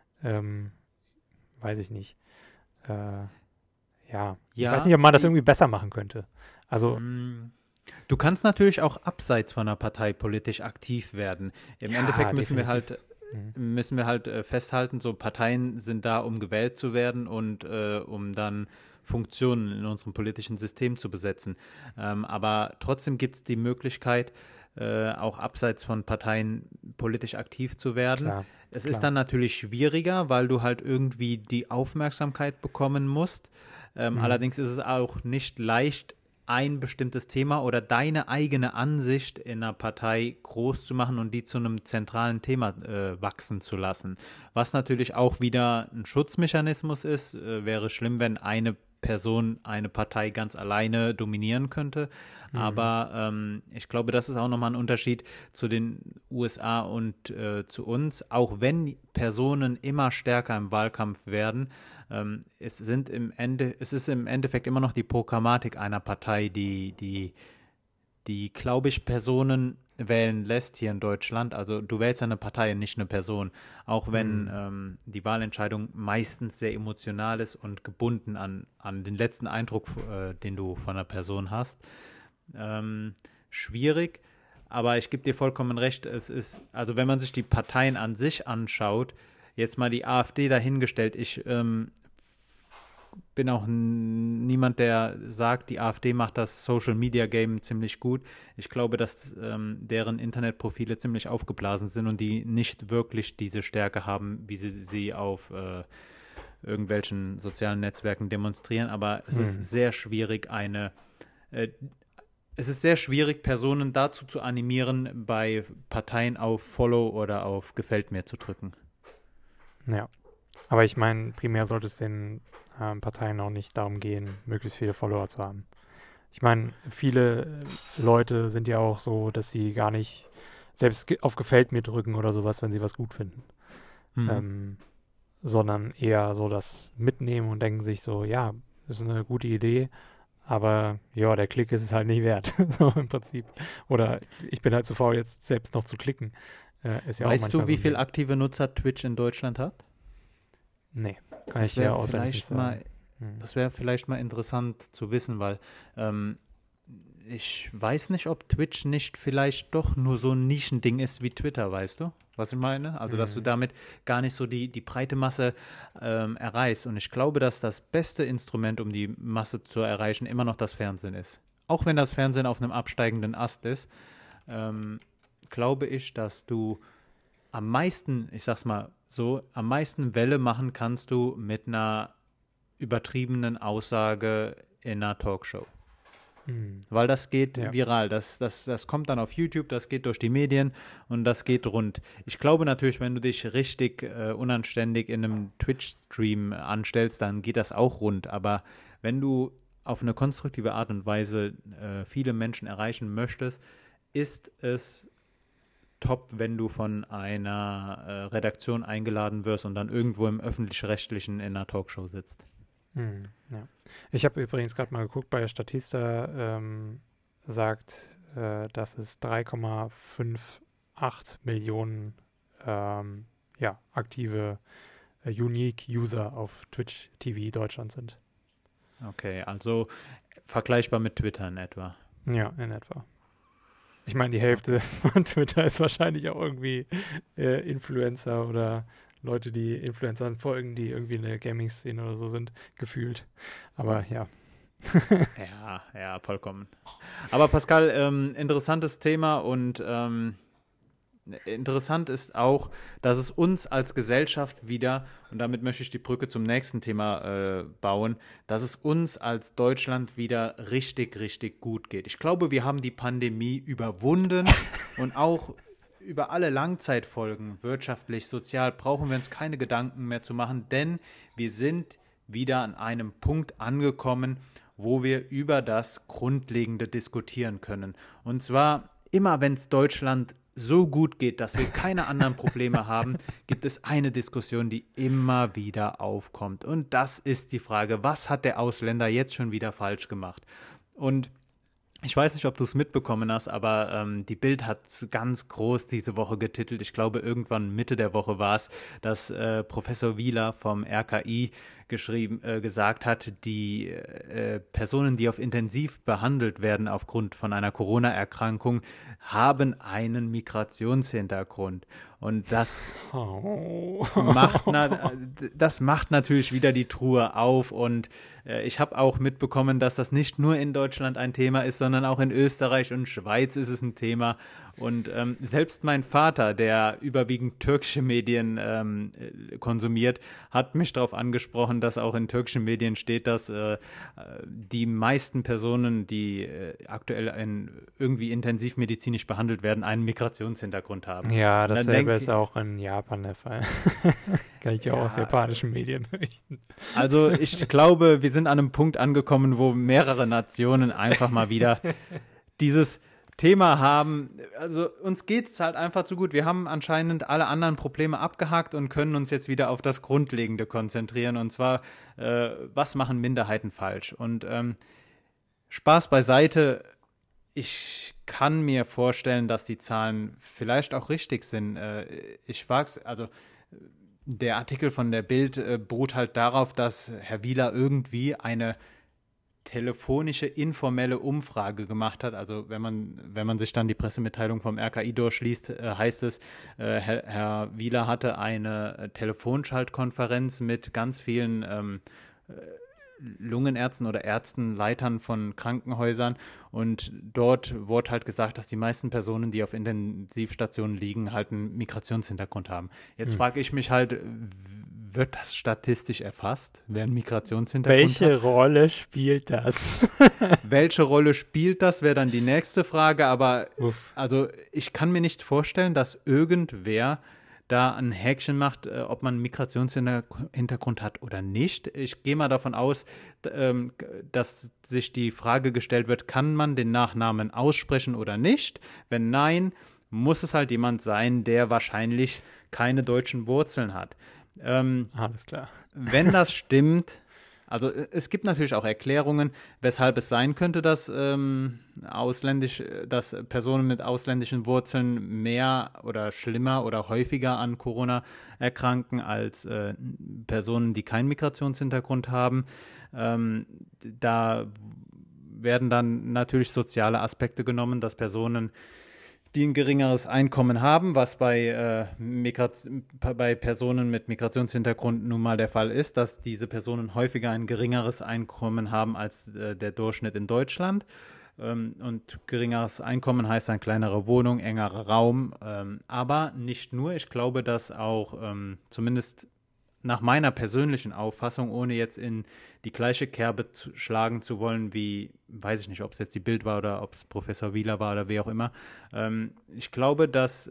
Speaker 2: weiß ich nicht. Ich weiß nicht, ob man das irgendwie besser machen könnte. Also,
Speaker 1: du kannst natürlich auch abseits von einer Partei politisch aktiv werden. Im Endeffekt müssen wir halt festhalten, so Parteien sind da, um gewählt zu werden und um dann Funktionen in unserem politischen System zu besetzen. Aber trotzdem gibt es die Möglichkeit, auch abseits von Parteien politisch aktiv zu werden.
Speaker 2: Klar.
Speaker 1: Ist dann natürlich schwieriger, weil du halt irgendwie die Aufmerksamkeit bekommen musst. Allerdings ist es auch nicht leicht, ein bestimmtes Thema oder deine eigene Ansicht in einer Partei groß zu machen und die zu einem zentralen Thema wachsen zu lassen. Was natürlich auch wieder ein Schutzmechanismus ist, wäre schlimm, wenn eine Person eine Partei ganz alleine dominieren könnte. Aber ich glaube, das ist auch nochmal ein Unterschied zu den USA und zu uns. Auch wenn Personen immer stärker im Wahlkampf werden, es ist im Endeffekt immer noch die Programmatik einer Partei, die glaube ich, Personen wählen lässt hier in Deutschland. Also du wählst eine Partei, nicht eine Person. Auch wenn die Wahlentscheidung meistens sehr emotional ist und gebunden an den letzten Eindruck, den du von einer Person hast. Schwierig, aber ich gebe dir vollkommen recht, also wenn man sich die Parteien an sich anschaut, jetzt mal die AfD dahingestellt, ich bin auch niemand, der sagt, die AfD macht das Social-Media-Game ziemlich gut. Ich glaube, dass deren Internetprofile ziemlich aufgeblasen sind und die nicht wirklich diese Stärke haben, wie sie auf irgendwelchen sozialen Netzwerken demonstrieren. Aber es ist sehr schwierig, Personen dazu zu animieren, bei Parteien auf Follow oder auf Gefällt mir zu drücken.
Speaker 2: Ja, aber ich meine, primär sollte es den Parteien auch nicht darum gehen, möglichst viele Follower zu haben. Ich meine, viele Leute sind ja auch so, dass sie gar nicht selbst auf Gefällt mir drücken oder sowas, wenn sie was gut finden. Sondern eher so das mitnehmen und denken sich so, ja, ist eine gute Idee, aber ja, der Klick ist es halt nicht wert, so im Prinzip. Oder ich bin halt zu faul, jetzt selbst noch zu klicken. Ist ja
Speaker 1: weißt
Speaker 2: auch
Speaker 1: du, wie
Speaker 2: so
Speaker 1: viele aktive Nutzer Twitch in Deutschland hat?
Speaker 2: Nee, kann ich ja auswendig nicht sagen.
Speaker 1: Das wäre vielleicht mal interessant zu wissen, weil ich weiß nicht, ob Twitch nicht vielleicht doch nur so ein Nischending ist wie Twitter, weißt du, was ich meine? Also, dass du damit gar nicht so die breite Masse erreichst. Und ich glaube, dass das beste Instrument, um die Masse zu erreichen, immer noch das Fernsehen ist. Auch wenn das Fernsehen auf einem absteigenden Ast ist, glaube ich, dass du am meisten, ich sag's mal so, am meisten Welle machen kannst du mit einer übertriebenen Aussage in einer Talkshow. Weil das geht viral, das kommt dann auf YouTube, das geht durch die Medien und das geht rund. Ich glaube natürlich, wenn du dich richtig unanständig in einem Twitch-Stream anstellst, dann geht das auch rund. Aber wenn du auf eine konstruktive Art und Weise viele Menschen erreichen möchtest, ist es top, wenn du von einer Redaktion eingeladen wirst und dann irgendwo im Öffentlich-Rechtlichen in einer Talkshow sitzt.
Speaker 2: Ja. Ich habe übrigens gerade mal geguckt, bei Statista sagt, dass es 3,58 Millionen aktive Unique User auf Twitch TV Deutschland sind.
Speaker 1: Okay, also vergleichbar mit Twitter in etwa.
Speaker 2: Ja, in etwa. Ich meine, die Hälfte von Twitter ist wahrscheinlich auch irgendwie Influencer oder Leute, die Influencern folgen, die irgendwie in der Gaming-Szene oder so sind, gefühlt. Aber ja.
Speaker 1: Ja, vollkommen. Aber Pascal, interessantes Thema und interessant ist auch, dass es uns als Gesellschaft wieder, und damit möchte ich die Brücke zum nächsten Thema bauen, dass es uns als Deutschland wieder richtig, richtig gut geht. Ich glaube, wir haben die Pandemie überwunden und auch über alle Langzeitfolgen, wirtschaftlich, sozial, brauchen wir uns keine Gedanken mehr zu machen, denn wir sind wieder an einem Punkt angekommen, wo wir über das Grundlegende diskutieren können. Und zwar immer, wenn es Deutschland so gut geht, dass wir keine anderen Probleme haben, gibt es eine Diskussion, die immer wieder aufkommt. Und das ist die Frage, was hat der Ausländer jetzt schon wieder falsch gemacht? Und ich weiß nicht, ob du es mitbekommen hast, aber die Bild hat ganz groß diese Woche getitelt. Ich glaube, irgendwann Mitte der Woche war es, dass Professor Wieler vom RKI gesagt hat, die Personen, die auf Intensiv behandelt werden aufgrund von einer Corona-Erkrankung, haben einen Migrationshintergrund. Und das macht natürlich wieder die Truhe auf. Und ich habe auch mitbekommen, dass das nicht nur in Deutschland ein Thema ist, sondern auch in Österreich und Schweiz ist es ein Thema. Und selbst mein Vater, der überwiegend türkische Medien konsumiert, hat mich darauf angesprochen, dass auch in türkischen Medien steht, dass die meisten Personen, die aktuell irgendwie intensivmedizinisch behandelt werden, einen Migrationshintergrund haben.
Speaker 2: Ja, dasselbe ist auch in Japan der Fall. Kann ich auch aus japanischen Medien berichten.
Speaker 1: Also ich glaube, wir sind an einem Punkt angekommen, wo mehrere Nationen einfach mal wieder dieses Thema haben. Also uns geht es halt einfach zu gut. Wir haben anscheinend alle anderen Probleme abgehakt und können uns jetzt wieder auf das Grundlegende konzentrieren. Und zwar, was machen Minderheiten falsch? Und Spaß beiseite, ich kann mir vorstellen, dass die Zahlen vielleicht auch richtig sind. Ich wag's, also der Artikel von der Bild beruht halt darauf, dass Herr Wieler irgendwie eine telefonische, informelle Umfrage gemacht hat. Also wenn man sich dann die Pressemitteilung vom RKI durchliest, heißt es, Herr Wieler hatte eine Telefonschaltkonferenz mit ganz vielen Lungenärzten oder Ärzten, Leitern von Krankenhäusern, und dort wurde halt gesagt, dass die meisten Personen, die auf Intensivstationen liegen, halt einen Migrationshintergrund haben. Jetzt frage ich mich halt, wird das statistisch erfasst, wer einen Migrationshintergrund hat?
Speaker 2: Welche Rolle spielt das?
Speaker 1: Welche Rolle spielt das, wäre dann die nächste Frage, aber also ich kann mir nicht vorstellen, dass irgendwer da ein Häkchen macht, ob man einen Migrationshintergrund hat oder nicht. Ich gehe mal davon aus, dass sich die Frage gestellt wird, kann man den Nachnamen aussprechen oder nicht? Wenn nein, muss es halt jemand sein, der wahrscheinlich keine deutschen Wurzeln hat.
Speaker 2: Alles klar.
Speaker 1: Wenn das stimmt, also es gibt natürlich auch Erklärungen, weshalb es sein könnte, dass dass Personen mit ausländischen Wurzeln mehr oder schlimmer oder häufiger an Corona erkranken als Personen, die keinen Migrationshintergrund haben. Da werden dann natürlich soziale Aspekte genommen, dass Personen, die ein geringeres Einkommen haben, was bei Personen mit Migrationshintergrund nun mal der Fall ist, dass diese Personen häufiger ein geringeres Einkommen haben als der Durchschnitt in Deutschland. Und geringeres Einkommen heißt dann kleinere Wohnung, engerer Raum. Aber nicht nur, ich glaube, dass auch zumindest nach meiner persönlichen Auffassung, ohne jetzt in die gleiche Kerbe schlagen zu wollen wie, weiß ich nicht, ob es jetzt die Bild war oder ob es Professor Wieler war oder wie auch immer, ich glaube, dass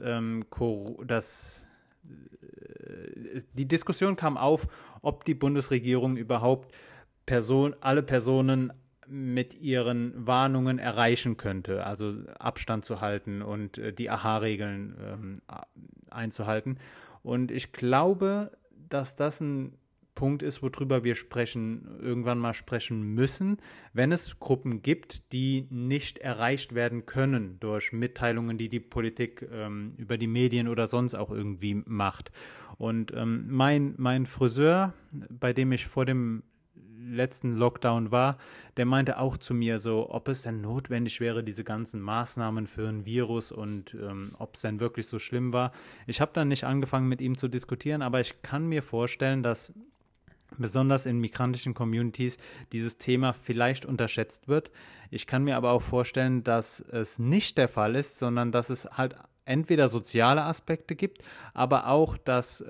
Speaker 1: die Diskussion kam auf, ob die Bundesregierung überhaupt alle Personen mit ihren Warnungen erreichen könnte, also Abstand zu halten und die AHA-Regeln einzuhalten. Und ich glaube, dass das ein Punkt ist, worüber wir irgendwann mal sprechen müssen, wenn es Gruppen gibt, die nicht erreicht werden können durch Mitteilungen, die die Politik über die Medien oder sonst auch irgendwie macht. Und mein Friseur, bei dem ich vor dem letzten Lockdown war, der meinte auch zu mir so, ob es denn notwendig wäre, diese ganzen Maßnahmen für ein Virus und ob es denn wirklich so schlimm war. Ich habe dann nicht angefangen, mit ihm zu diskutieren, aber ich kann mir vorstellen, dass besonders in migrantischen Communities dieses Thema vielleicht unterschätzt wird. Ich kann mir aber auch vorstellen, dass es nicht der Fall ist, sondern dass es halt entweder soziale Aspekte gibt, aber auch, dass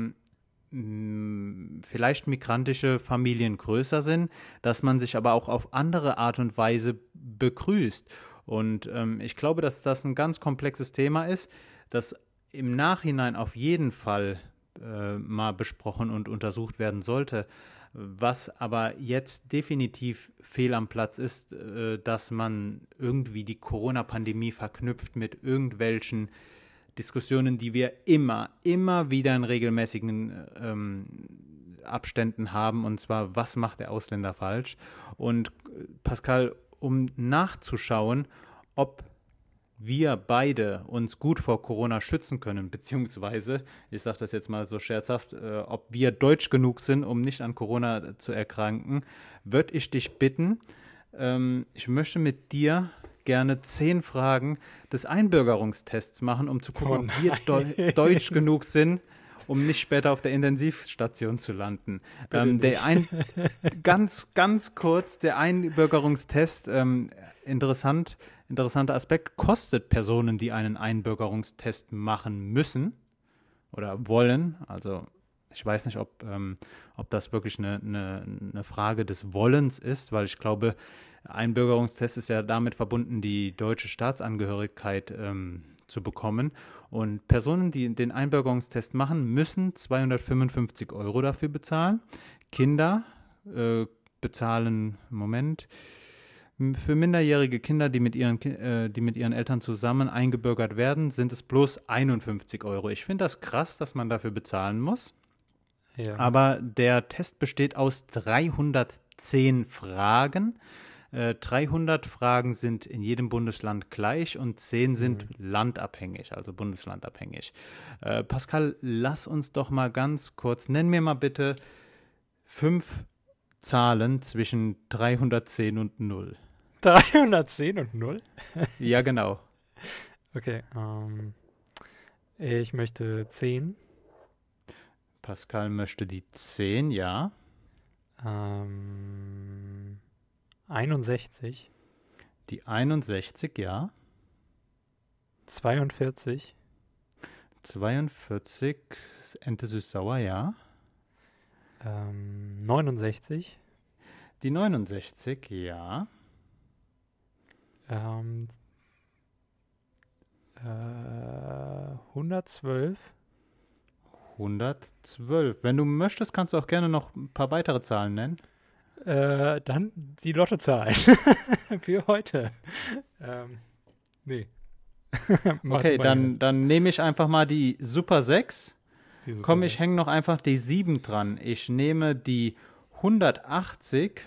Speaker 1: vielleicht migrantische Familien größer sind, dass man sich aber auch auf andere Art und Weise begrüßt. Und ich glaube, dass das ein ganz komplexes Thema ist, das im Nachhinein auf jeden Fall mal besprochen und untersucht werden sollte. Was aber jetzt definitiv fehl am Platz ist, dass man irgendwie die Corona-Pandemie verknüpft mit irgendwelchen Diskussionen, die wir immer wieder in regelmäßigen Abständen haben, und zwar, was macht der Ausländer falsch? Und Pascal, um nachzuschauen, ob wir beide uns gut vor Corona schützen können, beziehungsweise, ich sage das jetzt mal so scherzhaft, ob wir deutsch genug sind, um nicht an Corona zu erkranken, würde ich dich bitten, ich möchte mit dir gerne 10 Fragen des Einbürgerungstests machen, um zu gucken, ob wir deutsch genug sind, um nicht später auf der Intensivstation zu landen. Ganz kurz, der Einbürgerungstest, interessanter Aspekt, kostet Personen, die einen Einbürgerungstest machen müssen oder wollen. Also ich weiß nicht, ob das wirklich eine Frage des Wollens ist, weil ich glaube, Einbürgerungstest ist ja damit verbunden, die deutsche Staatsangehörigkeit zu bekommen. Und Personen, die den Einbürgerungstest machen, müssen 255 € dafür bezahlen. Kinder bezahlen, für minderjährige Kinder, die mit ihren Eltern zusammen eingebürgert werden, sind es bloß 51 €. Ich finde das krass, dass man dafür bezahlen muss. Ja. Aber der Test besteht aus 310 Fragen. 300 Fragen sind in jedem Bundesland gleich und 10 sind landabhängig, also bundeslandabhängig. Pascal, lass uns doch mal ganz kurz, nenn mir mal bitte 5 Zahlen zwischen 310 und 0.
Speaker 2: 310 und 0?
Speaker 1: Ja, genau.
Speaker 2: Okay, ich möchte 10.
Speaker 1: Pascal möchte die 10, ja.
Speaker 2: 61.
Speaker 1: Die 61, ja.
Speaker 2: 42.
Speaker 1: 42, Ente süß-sauer, ja.
Speaker 2: 69.
Speaker 1: Die 69, ja.
Speaker 2: 112.
Speaker 1: 112. Wenn du möchtest, kannst du auch gerne noch ein paar weitere Zahlen nennen.
Speaker 2: Dann die Lottozahl für heute. Nee.
Speaker 1: Okay, dann nehme ich einfach mal die Super 6. Komm, ich hänge noch einfach die 7 dran. Ich nehme die 180,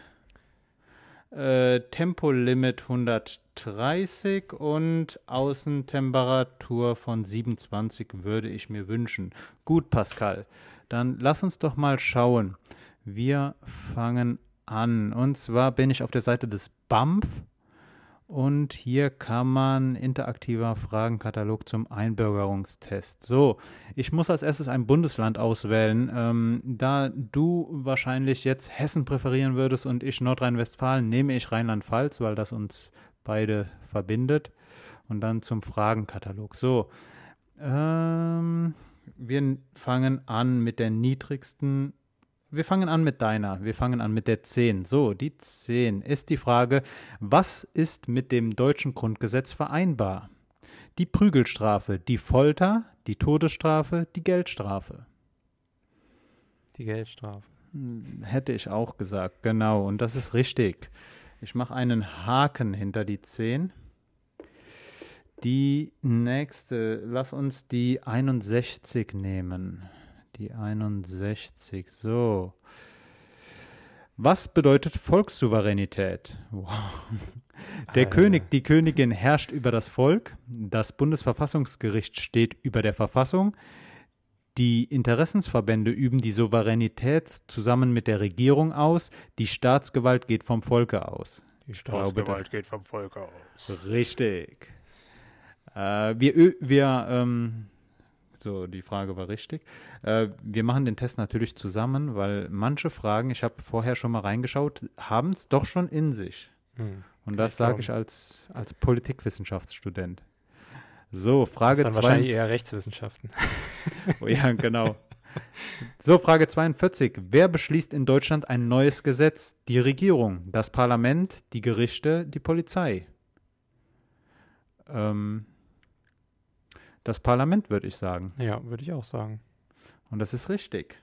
Speaker 1: Tempolimit 130 und Außentemperatur von 27 würde ich mir wünschen. Gut, Pascal, dann lass uns doch mal schauen. Wir fangen an. Und zwar bin ich auf der Seite des BAMF und hier kann man interaktiver Fragenkatalog zum Einbürgerungstest. So, ich muss als erstes ein Bundesland auswählen. Da du wahrscheinlich jetzt Hessen präferieren würdest und ich Nordrhein-Westfalen, nehme ich Rheinland-Pfalz, weil das uns beide verbindet. Und dann zum Fragenkatalog. So, wir fangen an mit der niedrigsten. Wir fangen an mit deiner. Wir fangen an mit der 10. So, die 10 ist die Frage, was ist mit dem deutschen Grundgesetz vereinbar? Die Prügelstrafe, die Folter, die Todesstrafe, die Geldstrafe.
Speaker 2: Die Geldstrafe.
Speaker 1: Hätte ich auch gesagt, genau. Und das ist richtig. Ich mache einen Haken hinter die 10. Die nächste, lass uns die 61 nehmen. Die 61, so. Was bedeutet Volkssouveränität? Wow. Der König, die Königin herrscht über das Volk. Das Bundesverfassungsgericht steht über der Verfassung. Die Interessensverbände üben die Souveränität zusammen mit der Regierung aus. Die Staatsgewalt geht vom Volke aus.
Speaker 2: Die Staatsgewalt geht vom Volke aus.
Speaker 1: Richtig. So, die Frage war richtig. Wir machen den Test natürlich zusammen, weil manche Fragen, ich habe vorher schon mal reingeschaut, haben es doch schon in sich. Und das sage ich als Politikwissenschaftsstudent. So, Frage 2.
Speaker 2: Das ist dann wahrscheinlich eher Rechtswissenschaften.
Speaker 1: Oh ja, genau. So, Frage 42. Wer beschließt in Deutschland ein neues Gesetz? Die Regierung, das Parlament, die Gerichte, die Polizei. Das Parlament, würde ich sagen.
Speaker 2: Ja, würde ich auch sagen.
Speaker 1: Und das ist richtig.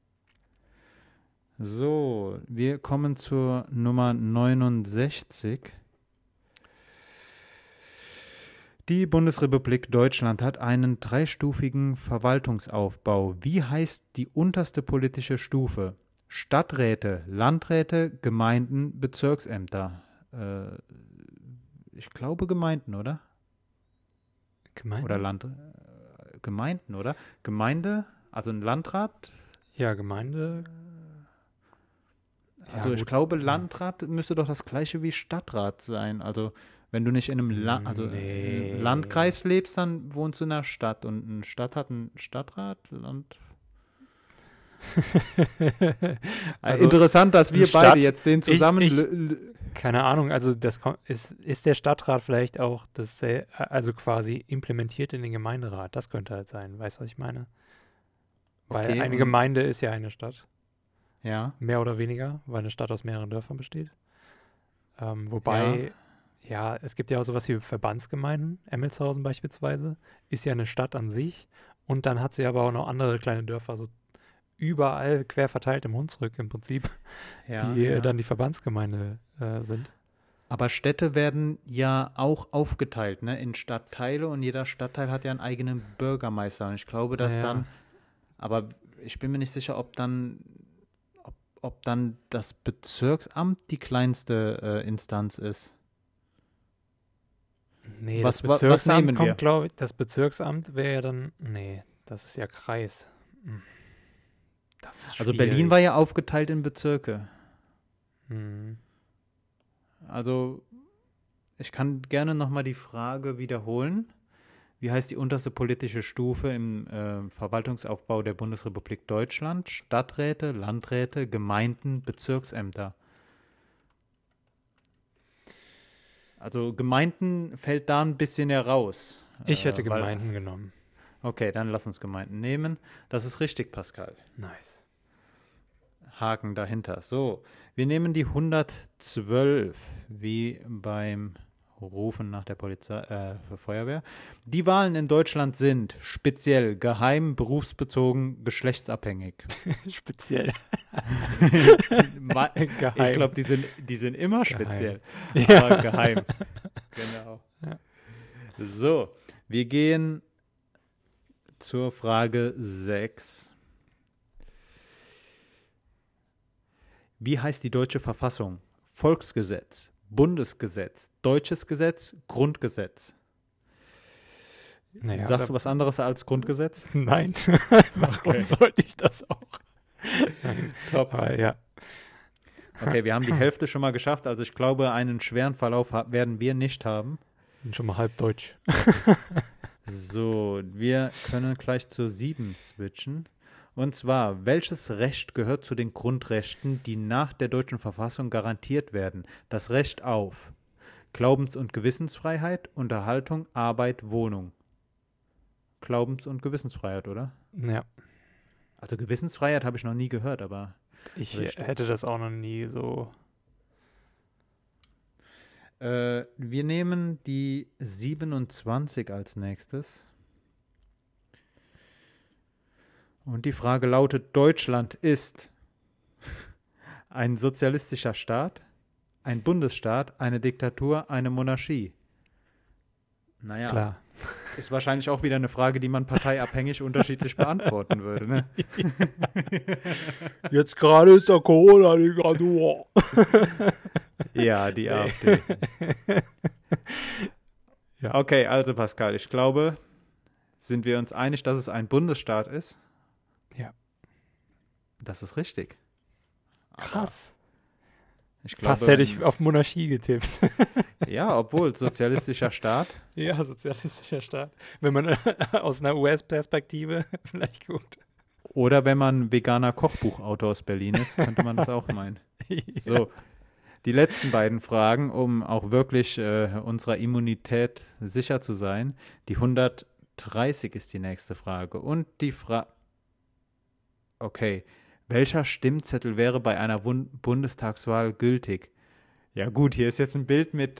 Speaker 1: So, wir kommen zur Nummer 69. Die Bundesrepublik Deutschland hat einen dreistufigen Verwaltungsaufbau. Wie heißt die unterste politische Stufe? Stadträte, Landräte, Gemeinden, Bezirksämter. Ich glaube Gemeinden, oder?
Speaker 2: Gemeinden?
Speaker 1: Oder Gemeinden, oder? Gemeinde, also ein Landrat?
Speaker 2: Ja, Gemeinde.
Speaker 1: Also ich glaube, Landrat müsste doch das gleiche wie Stadtrat sein. Also wenn du nicht in einem im Landkreis lebst, dann wohnst du in einer Stadt. Und eine Stadt hat einen Stadtrat. Also interessant, dass wir beide jetzt den zusammen...
Speaker 2: keine Ahnung, also das ist der Stadtrat vielleicht auch also quasi implementiert in den Gemeinderat. Das könnte halt sein. Weißt du, was ich meine? Weil
Speaker 1: Okay,
Speaker 2: eine Gemeinde ist ja eine Stadt.
Speaker 1: Ja.
Speaker 2: Mehr oder weniger, weil eine Stadt aus mehreren Dörfern besteht. Wobei, ja, es gibt ja auch sowas wie Verbandsgemeinden. Emmelshausen beispielsweise ist ja eine Stadt an sich. Und dann hat sie aber auch noch andere kleine Dörfer, so überall quer verteilt im Hunsrück im Prinzip, die dann die Verbandsgemeinde sind.
Speaker 1: Aber Städte werden ja auch aufgeteilt, ne, in Stadtteile, und jeder Stadtteil hat ja einen eigenen Bürgermeister. Und ich glaube, dass dann, aber ich bin mir nicht sicher, ob dann das Bezirksamt die kleinste Instanz ist.
Speaker 2: Nee,
Speaker 1: was
Speaker 2: Bezirksamt
Speaker 1: nehmen wir?
Speaker 2: kommt, glaube ich, das Bezirksamt wäre ja dann, nee, das ist ja Kreis. Das ist
Speaker 1: Also
Speaker 2: schwierig.
Speaker 1: Berlin war ja aufgeteilt in Bezirke.
Speaker 2: Hm.
Speaker 1: Also ich kann gerne nochmal die Frage wiederholen. Wie heißt die unterste politische Stufe im Verwaltungsaufbau der Bundesrepublik Deutschland? Stadträte, Landräte, Gemeinden, Bezirksämter. Also Gemeinden fällt da ein bisschen heraus.
Speaker 2: Ich hätte Gemeinden genommen.
Speaker 1: Okay, dann lass uns Gemeinden nehmen. Das ist richtig, Pascal.
Speaker 2: Nice.
Speaker 1: Haken dahinter. So, wir nehmen die 112, wie beim Rufen nach der Polizei, Feuerwehr. Die Wahlen in Deutschland sind speziell, geheim, berufsbezogen, geschlechtsabhängig.
Speaker 2: Speziell.
Speaker 1: Ich glaube, die sind immer speziell,
Speaker 2: Ja.
Speaker 1: aber geheim. Genau.
Speaker 2: Ja.
Speaker 1: So, wir gehen zur Frage 6. Wie heißt die deutsche Verfassung? Volksgesetz, Bundesgesetz, Deutsches Gesetz, Grundgesetz.
Speaker 2: Naja,
Speaker 1: Sagst du was anderes als Grundgesetz?
Speaker 2: Nein. Warum sollte ich das auch?
Speaker 1: Top.
Speaker 2: Aber ja.
Speaker 1: Okay, wir haben die Hälfte schon mal geschafft. Also ich glaube, einen schweren Verlauf werden wir nicht haben.
Speaker 2: Bin schon mal halb deutsch.
Speaker 1: So, wir können gleich zur 7 switchen. Und zwar, welches Recht gehört zu den Grundrechten, die nach der deutschen Verfassung garantiert werden? Das Recht auf Glaubens- und Gewissensfreiheit, Unterhaltung, Arbeit, Wohnung. Glaubens- und Gewissensfreiheit, oder?
Speaker 2: Ja.
Speaker 1: Also Gewissensfreiheit habe ich noch nie gehört, aber
Speaker 2: Ich
Speaker 1: richtig.
Speaker 2: hätte das auch noch nie so.
Speaker 1: Wir nehmen die 27 als nächstes. Und die Frage lautet, Deutschland ist ein sozialistischer Staat, ein Bundesstaat, eine Diktatur, eine Monarchie. Naja,
Speaker 2: Klar.
Speaker 1: ist wahrscheinlich auch wieder eine Frage, die man parteiabhängig unterschiedlich beantworten würde. Ne?
Speaker 2: Jetzt gerade ist der Corona-Diktatur.
Speaker 1: Ja, die AfD.
Speaker 2: Ja.
Speaker 1: Okay, also Pascal, ich glaube, sind wir uns einig, dass es ein Bundesstaat ist?
Speaker 2: Ja.
Speaker 1: Das ist richtig.
Speaker 2: Krass.
Speaker 1: Ich glaube,
Speaker 2: Fast hätte ich auf Monarchie getippt.
Speaker 1: Ja, obwohl sozialistischer Staat.
Speaker 2: Ja, sozialistischer Staat. Wenn man aus einer US-Perspektive vielleicht guckt.
Speaker 1: Oder wenn man veganer Kochbuchautor aus Berlin ist, könnte man das auch meinen. So, die letzten beiden Fragen, um auch wirklich unserer Immunität sicher zu sein. Die 130 ist die nächste Frage. Und die Frage, okay, welcher Stimmzettel wäre bei einer Bundestagswahl gültig? Ja gut, hier ist jetzt ein Bild mit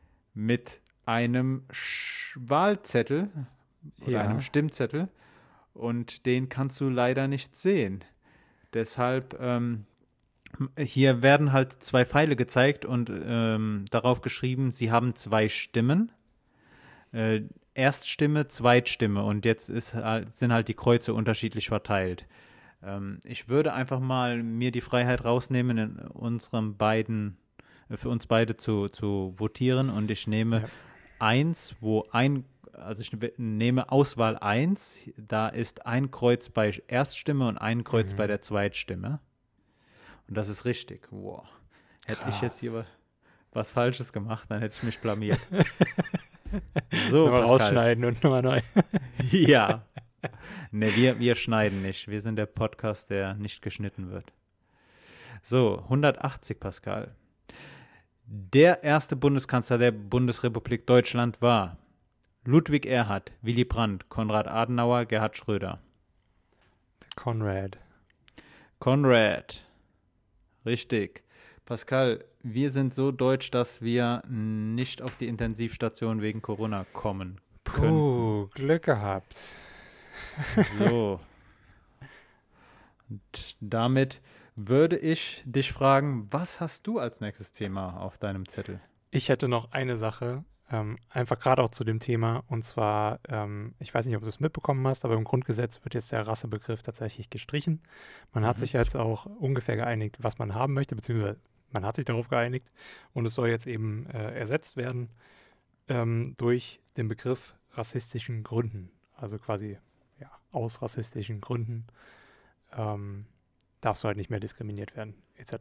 Speaker 1: einem Wahlzettel oder einem Stimmzettel. und den kannst du leider nicht sehen. Deshalb, hier werden halt 2 Pfeile gezeigt und darauf geschrieben, sie haben 2 Stimmen. Erststimme, Zweitstimme und jetzt sind halt die Kreuze unterschiedlich verteilt. Ich würde einfach mal mir die Freiheit rausnehmen, für uns beide zu votieren und ich nehme 1, also ich nehme Auswahl 1, da ist ein Kreuz bei Erststimme und ein Kreuz bei der Zweitstimme. Und das ist richtig. Wow. Hätte ich jetzt hier was Falsches gemacht, dann hätte ich mich blamiert. So,
Speaker 2: nochmal
Speaker 1: Pascal.
Speaker 2: rausschneiden und nochmal neu.
Speaker 1: Ja. Ne, wir schneiden nicht. Wir sind der Podcast, der nicht geschnitten wird. So, 180, Pascal. Der erste Bundeskanzler der Bundesrepublik Deutschland war Ludwig Erhard, Willy Brandt, Konrad Adenauer, Gerhard Schröder.
Speaker 2: Konrad.
Speaker 1: Richtig. Pascal, wir sind so deutsch, dass wir nicht auf die Intensivstation wegen Corona kommen können.
Speaker 2: Glück gehabt.
Speaker 1: So. Und damit würde ich dich fragen, was hast du als nächstes Thema auf deinem Zettel?
Speaker 2: Ich hätte noch eine Sache, einfach gerade auch zu dem Thema, und zwar, ich weiß nicht, ob du es mitbekommen hast, aber im Grundgesetz wird jetzt der Rassebegriff tatsächlich gestrichen. Man hat sich jetzt auch ungefähr geeinigt, was man haben möchte, beziehungsweise man hat sich darauf geeinigt und es soll jetzt eben ersetzt werden durch den Begriff rassistischen Gründen. Also quasi aus rassistischen Gründen darfst du halt nicht mehr diskriminiert werden, etc.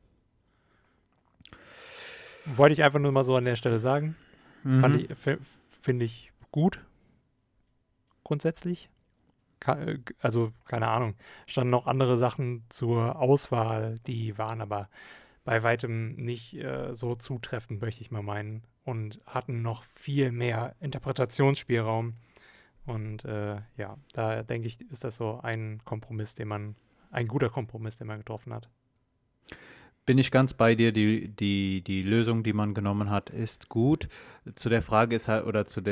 Speaker 2: Wollte ich einfach nur mal so an der Stelle sagen. Finde ich gut, grundsätzlich. Also, keine Ahnung, standen noch andere Sachen zur Auswahl, die waren aber bei weitem nicht so zutreffend, möchte ich mal meinen, und hatten noch viel mehr Interpretationsspielraum. Und da denke ich, ist das so ein guter Kompromiss, den man getroffen hat.
Speaker 1: Bin ich ganz bei dir, die Lösung, die man genommen hat, ist gut. Zu der Frage ist halt, oder zu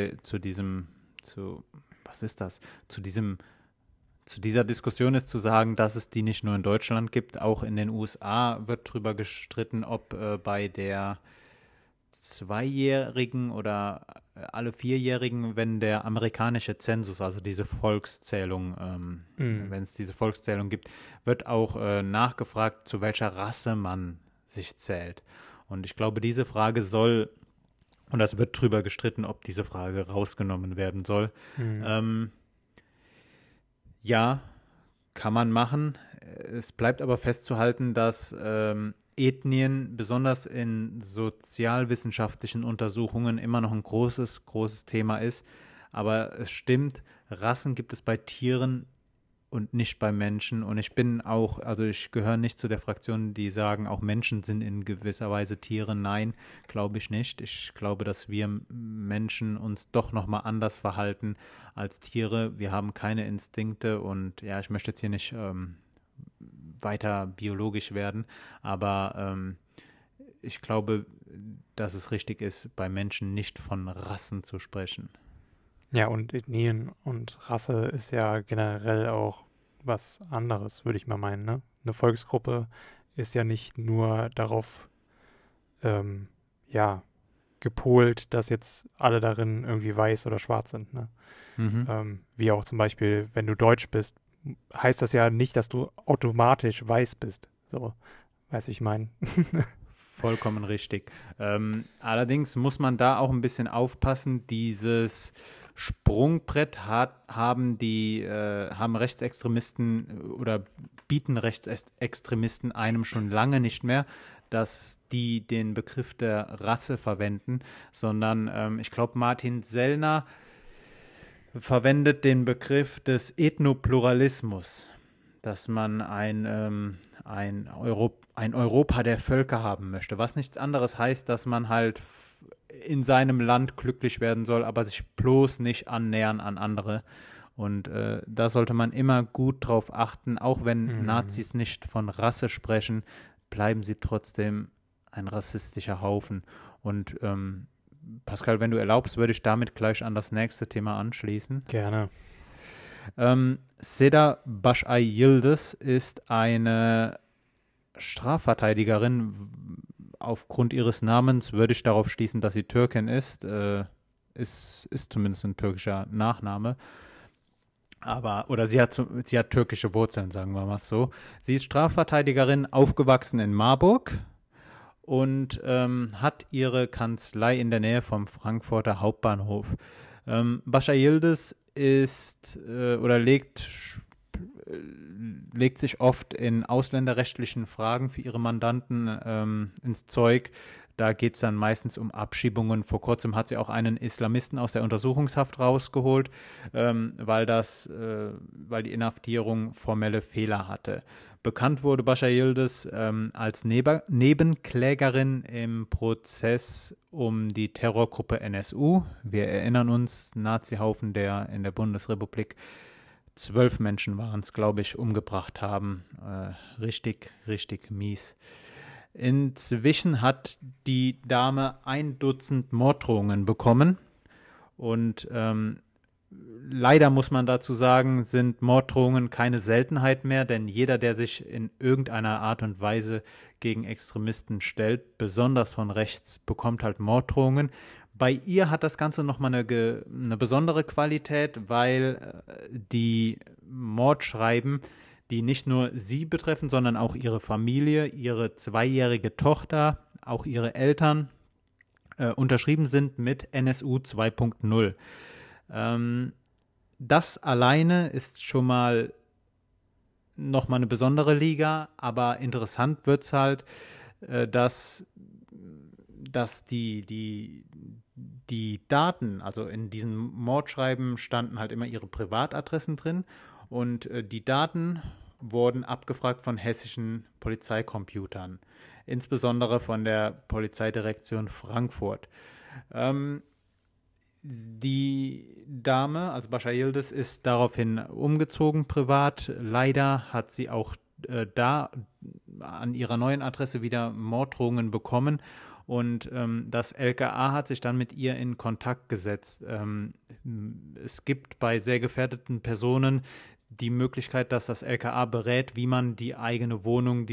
Speaker 1: dieser Diskussion ist zu sagen, dass es die nicht nur in Deutschland gibt, auch in den USA wird drüber gestritten, ob bei der 2-jährigen oder alle 4-jährigen, wenn der amerikanische Zensus, also diese Volkszählung, wenn es diese Volkszählung gibt, wird auch nachgefragt, zu welcher Rasse man sich zählt. Und ich glaube, diese Frage und es wird drüber gestritten, ob diese Frage rausgenommen werden soll. Ja, kann man machen. Es bleibt aber festzuhalten, dass Ethnien, besonders in sozialwissenschaftlichen Untersuchungen, immer noch ein großes Thema ist. Aber es stimmt, Rassen gibt es bei Tieren und nicht bei Menschen. Und ich gehöre nicht zu der Fraktion, die sagen, auch Menschen sind in gewisser Weise Tiere. Nein, glaube ich nicht. Ich glaube, dass wir Menschen uns doch nochmal anders verhalten als Tiere. Wir haben keine Instinkte und ja, ich möchte jetzt hier nicht weiter biologisch werden, aber ich glaube, dass es richtig ist, bei Menschen nicht von Rassen zu sprechen.
Speaker 2: Ja, und Ethnien und Rasse ist ja generell auch was anderes, würde ich mal meinen, ne? Eine Volksgruppe ist ja nicht nur darauf gepolt, dass jetzt alle darin irgendwie weiß oder schwarz sind, ne? Wie auch zum Beispiel, wenn du Deutsch bist, heißt das ja nicht, dass du automatisch weiß bist. So, weiß ich meine.
Speaker 1: Vollkommen richtig. Allerdings muss man da auch ein bisschen aufpassen. Dieses Sprungbrett haben Rechtsextremisten oder bieten Rechtsextremisten einem schon lange nicht mehr, dass die den Begriff der Rasse verwenden, sondern ich glaube, Martin Sellner verwendet den Begriff des Ethnopluralismus, dass man ein Europa der Völker haben möchte, was nichts anderes heißt, dass man halt in seinem Land glücklich werden soll, aber sich bloß nicht annähern an andere. Und da sollte man immer gut drauf achten, auch wenn Nazis nicht von Rasse sprechen, bleiben sie trotzdem ein rassistischer Haufen. Und Pascal, wenn du erlaubst, würde ich damit gleich an das nächste Thema anschließen.
Speaker 2: Gerne.
Speaker 1: Seda Başay Yıldız ist eine Strafverteidigerin. Aufgrund ihres Namens würde ich darauf schließen, dass sie Türkin ist. Ist zumindest ein türkischer Nachname. Oder sie hat türkische Wurzeln, sagen wir mal so. Sie ist Strafverteidigerin, aufgewachsen in Marburg und hat ihre Kanzlei in der Nähe vom Frankfurter Hauptbahnhof. Başay Yıldız legt sich oft in ausländerrechtlichen Fragen für ihre Mandanten ins Zeug. Da geht es dann meistens um Abschiebungen. Vor kurzem hat sie auch einen Islamisten aus der Untersuchungshaft rausgeholt, weil die Inhaftierung formelle Fehler hatte. Bekannt wurde Başay Yıldız als Nebenklägerin im Prozess um die Terrorgruppe NSU. Wir erinnern uns, Nazihaufen, der in der Bundesrepublik 12 Menschen waren es, glaube ich, umgebracht haben. Richtig, richtig mies. Inzwischen hat die Dame 1 Dutzend Morddrohungen bekommen und leider muss man dazu sagen, sind Morddrohungen keine Seltenheit mehr, denn jeder, der sich in irgendeiner Art und Weise gegen Extremisten stellt, besonders von rechts, bekommt halt Morddrohungen. Bei ihr hat das Ganze nochmal eine besondere Qualität, weil die Mordschreiben, die nicht nur sie betreffen, sondern auch ihre Familie, ihre 2-jährige Tochter, auch ihre Eltern, unterschrieben sind mit NSU 2.0. Das alleine ist schon mal nochmal eine besondere Liga, aber interessant wird es halt, dass die Daten, also in diesen Mordschreiben standen halt immer ihre Privatadressen drin und die Daten wurden abgefragt von hessischen Polizeicomputern, insbesondere von der Polizeidirektion Frankfurt. Die Dame, also Başay Yıldız, ist daraufhin umgezogen privat. Leider hat sie auch da an ihrer neuen Adresse wieder Morddrohungen bekommen und das LKA hat sich dann mit ihr in Kontakt gesetzt. Es gibt bei sehr gefährdeten Personen die Möglichkeit, dass das LKA berät, wie man die eigene Wohnung,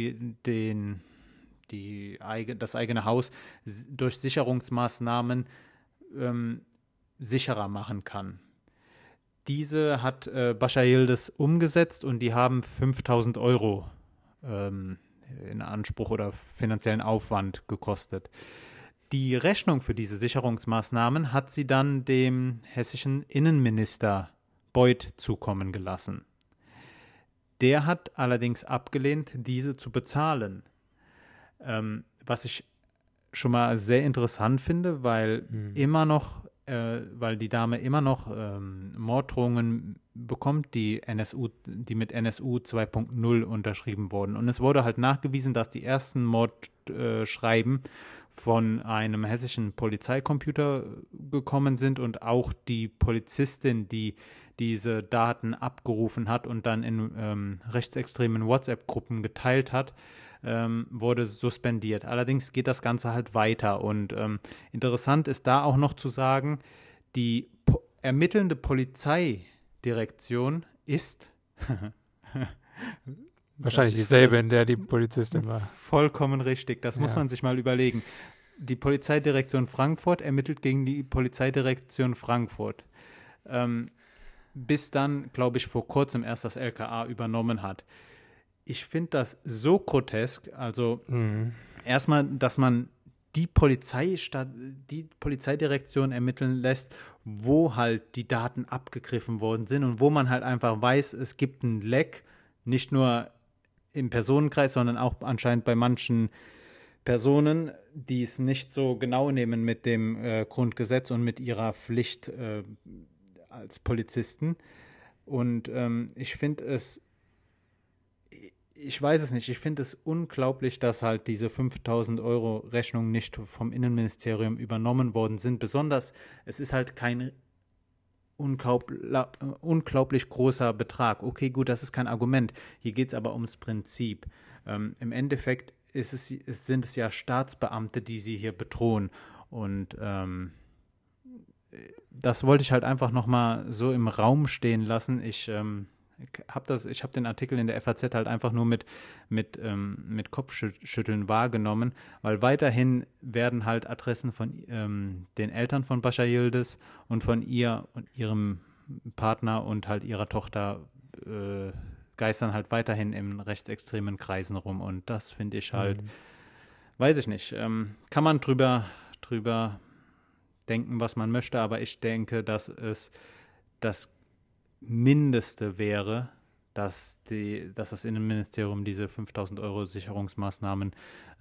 Speaker 1: das eigene Haus durch Sicherungsmaßnahmen sicherer machen kann. Diese hat Başay Yıldız umgesetzt und die haben 5.000 Euro in Anspruch oder finanziellen Aufwand gekostet. Die Rechnung für diese Sicherungsmaßnahmen hat sie dann dem hessischen Innenminister Beuth zukommen gelassen. Der hat allerdings abgelehnt, diese zu bezahlen. Was ich schon mal sehr interessant finde, weil weil die Dame immer noch Morddrohungen bekommt, die mit NSU 2.0 unterschrieben wurden. Und es wurde halt nachgewiesen, dass die ersten Mordschreiben von einem hessischen Polizeicomputer gekommen sind und auch die Polizistin, die diese Daten abgerufen hat und dann in rechtsextremen WhatsApp-Gruppen geteilt hat, wurde suspendiert. Allerdings geht das Ganze halt weiter und interessant ist da auch noch zu sagen, die ermittelnde Polizeidirektion ist
Speaker 2: wahrscheinlich dieselbe, in der die Polizistin war.
Speaker 1: Vollkommen richtig, das muss man sich mal überlegen. Die Polizeidirektion Frankfurt ermittelt gegen die Polizeidirektion Frankfurt. Bis dann, glaube ich, vor kurzem erst das LKA übernommen hat. Ich finde das so grotesk, also erstmal, dass man die Polizeidirektion ermitteln lässt, wo halt die Daten abgegriffen worden sind und wo man halt einfach weiß, es gibt ein Leck, nicht nur im Personenkreis, sondern auch anscheinend bei manchen Personen, die es nicht so genau nehmen mit dem Grundgesetz und mit ihrer Pflicht als Polizisten. Und ich finde es unglaublich, dass halt diese 5.000 Euro Rechnung nicht vom Innenministerium übernommen worden sind. Besonders, es ist halt kein unglaublich großer Betrag. Okay, gut, das ist kein Argument. Hier geht es aber ums Prinzip. Im Endeffekt sind es ja Staatsbeamte, die sie hier bedrohen. Und das wollte ich halt einfach nochmal so im Raum stehen lassen. Ich habe den Artikel in der FAZ halt einfach nur mit Kopfschütteln wahrgenommen, weil weiterhin werden halt Adressen von den Eltern von Başar Yildiz und von ihr und ihrem Partner und halt ihrer Tochter geistern halt weiterhin in rechtsextremen Kreisen rum. Und das finde ich halt, weiß ich nicht, kann man drüber denken, was man möchte, aber ich denke, dass es das Mindeste wäre, dass das Innenministerium diese 5.000 Euro Sicherungsmaßnahmen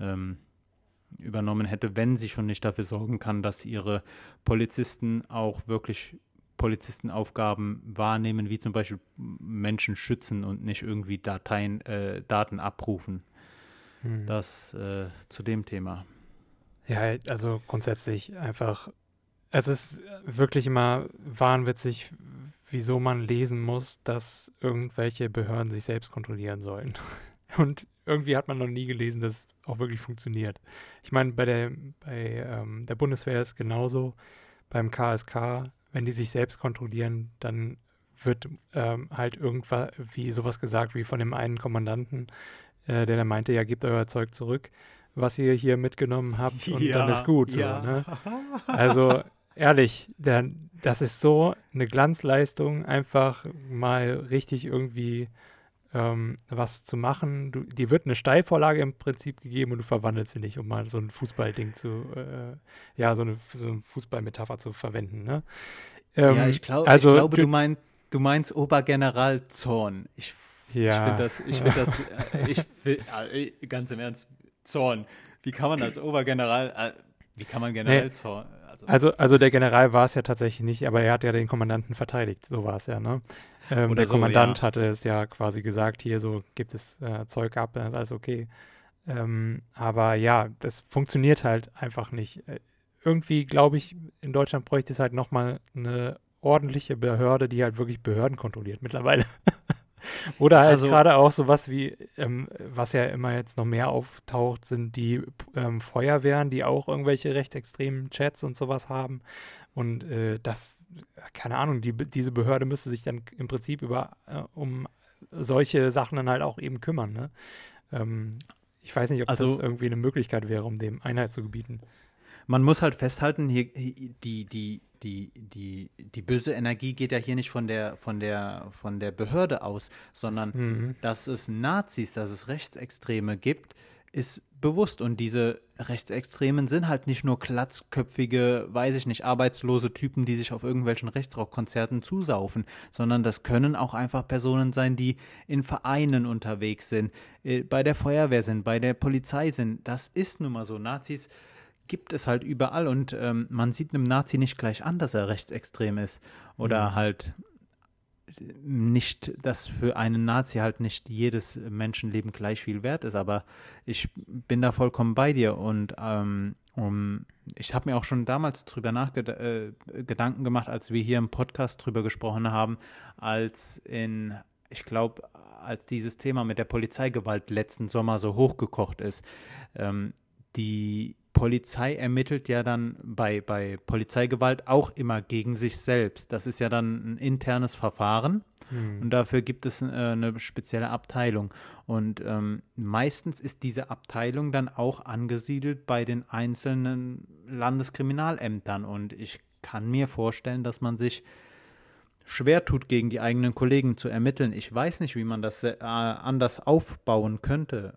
Speaker 1: übernommen hätte, wenn sie schon nicht dafür sorgen kann, dass ihre Polizisten auch wirklich Polizistenaufgaben wahrnehmen, wie zum Beispiel Menschen schützen und nicht irgendwie Daten abrufen. Das zu dem Thema.
Speaker 2: Ja, also grundsätzlich einfach, es ist wirklich immer wahnwitzig, wieso man lesen muss, dass irgendwelche Behörden sich selbst kontrollieren sollen. Und irgendwie hat man noch nie gelesen, dass es auch wirklich funktioniert. Ich meine, bei der Bundeswehr ist genauso, beim KSK, wenn die sich selbst kontrollieren, dann wird halt irgendwas wie sowas gesagt wie von dem einen Kommandanten, der dann meinte, ja, gebt euer Zeug zurück, was ihr hier mitgenommen habt und dann ist gut. So, ne? Also ehrlich, das ist so eine Glanzleistung, einfach mal richtig irgendwie was zu machen. Die wird eine Steilvorlage im Prinzip gegeben und du verwandelst sie nicht, um mal so ein Fußballding so eine Fußballmetapher zu verwenden. Ne?
Speaker 1: Ich glaube, du meinst Obergeneral Zorn. Ich finde das, ganz im Ernst, Zorn. Wie kann man als Obergeneral, Zorn?
Speaker 2: Also der General war es ja tatsächlich nicht, aber er hat ja den Kommandanten verteidigt, so war es ja, ne? Der Kommandant hatte es ja quasi gesagt, hier so gibt es Zeug ab, dann ist alles okay. Aber ja, das funktioniert halt einfach nicht. Irgendwie, glaube ich, in Deutschland bräuchte es halt nochmal eine ordentliche Behörde, die halt wirklich Behörden kontrolliert mittlerweile. Oder halt gerade auch sowas wie, was ja immer jetzt noch mehr auftaucht, sind die Feuerwehren, die auch irgendwelche rechtsextremen Chats und sowas haben. Und keine Ahnung, diese Behörde müsste sich dann im Prinzip um solche Sachen dann halt auch eben kümmern. Ne? Ich weiß nicht, ob das irgendwie eine Möglichkeit wäre, um dem Einhalt zu gebieten.
Speaker 1: Man muss halt festhalten, hier, die böse Energie geht ja hier nicht von der Behörde aus, sondern dass es Nazis, dass es Rechtsextreme gibt, ist bewusst. Und diese Rechtsextremen sind halt nicht nur glatzköpfige, weiß ich nicht, arbeitslose Typen, die sich auf irgendwelchen Rechtsrockkonzerten zusaufen, sondern das können auch einfach Personen sein, die in Vereinen unterwegs sind, bei der Feuerwehr sind, bei der Polizei sind. Das ist nun mal so. Nazis gibt es halt überall und man sieht einem Nazi nicht gleich an, dass er rechtsextrem ist oder halt nicht, dass für einen Nazi halt nicht jedes Menschenleben gleich viel wert ist, aber ich bin da vollkommen bei dir und ich habe mir auch schon damals drüber Gedanken gemacht, als wir hier im Podcast drüber gesprochen haben, als dieses Thema mit der Polizeigewalt letzten Sommer so hochgekocht ist. Die Polizei ermittelt ja dann bei Polizeigewalt auch immer gegen sich selbst. Das ist ja dann ein internes Verfahren und dafür gibt es eine spezielle Abteilung. Und meistens ist diese Abteilung dann auch angesiedelt bei den einzelnen Landeskriminalämtern. Und ich kann mir vorstellen, dass man sich schwer tut, gegen die eigenen Kollegen zu ermitteln. Ich weiß nicht, wie man das anders aufbauen könnte.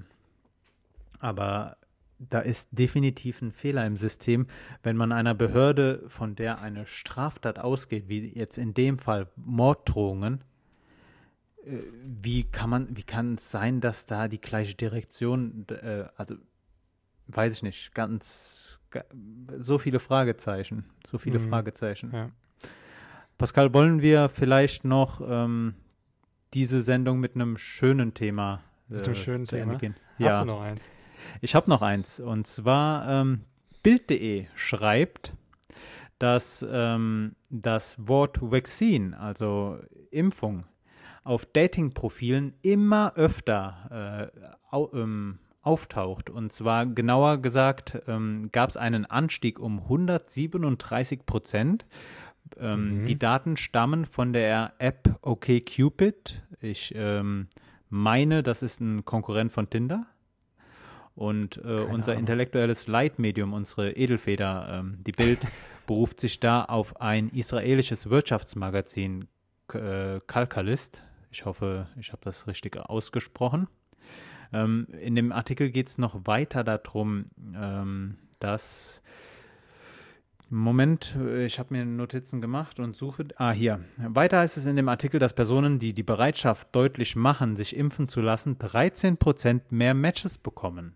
Speaker 1: Aber da ist definitiv ein Fehler im System, wenn man einer Behörde, von der eine Straftat ausgeht, wie jetzt in dem Fall Morddrohungen, wie kann es sein, dass da die gleiche Direktion, also weiß ich nicht, so viele Fragezeichen.
Speaker 2: Ja.
Speaker 1: Pascal, wollen wir vielleicht noch diese Sendung mit einem schönen Thema
Speaker 2: beginnen?
Speaker 1: Ja.
Speaker 2: Hast du noch eins?
Speaker 1: Ich habe noch eins, und zwar Bild.de schreibt, dass das Wort Vaccine, also Impfung, auf Dating-Profilen immer öfter auftaucht. Und zwar genauer gesagt gab es einen Anstieg um 137%. Die Daten stammen von der App OkCupid. Ich meine, das ist ein Konkurrent von Tinder. Und unser intellektuelles Leitmedium, unsere Edelfeder, die Bild, beruft sich da auf ein israelisches Wirtschaftsmagazin, Kalkalist. Ich hoffe, ich habe das richtig ausgesprochen. In dem Artikel geht es noch weiter darum, dass Moment, ich habe mir Notizen gemacht und suche. Hier. Weiter heißt es in dem Artikel, dass Personen, die die Bereitschaft deutlich machen, sich impfen zu lassen, 13% mehr Matches bekommen.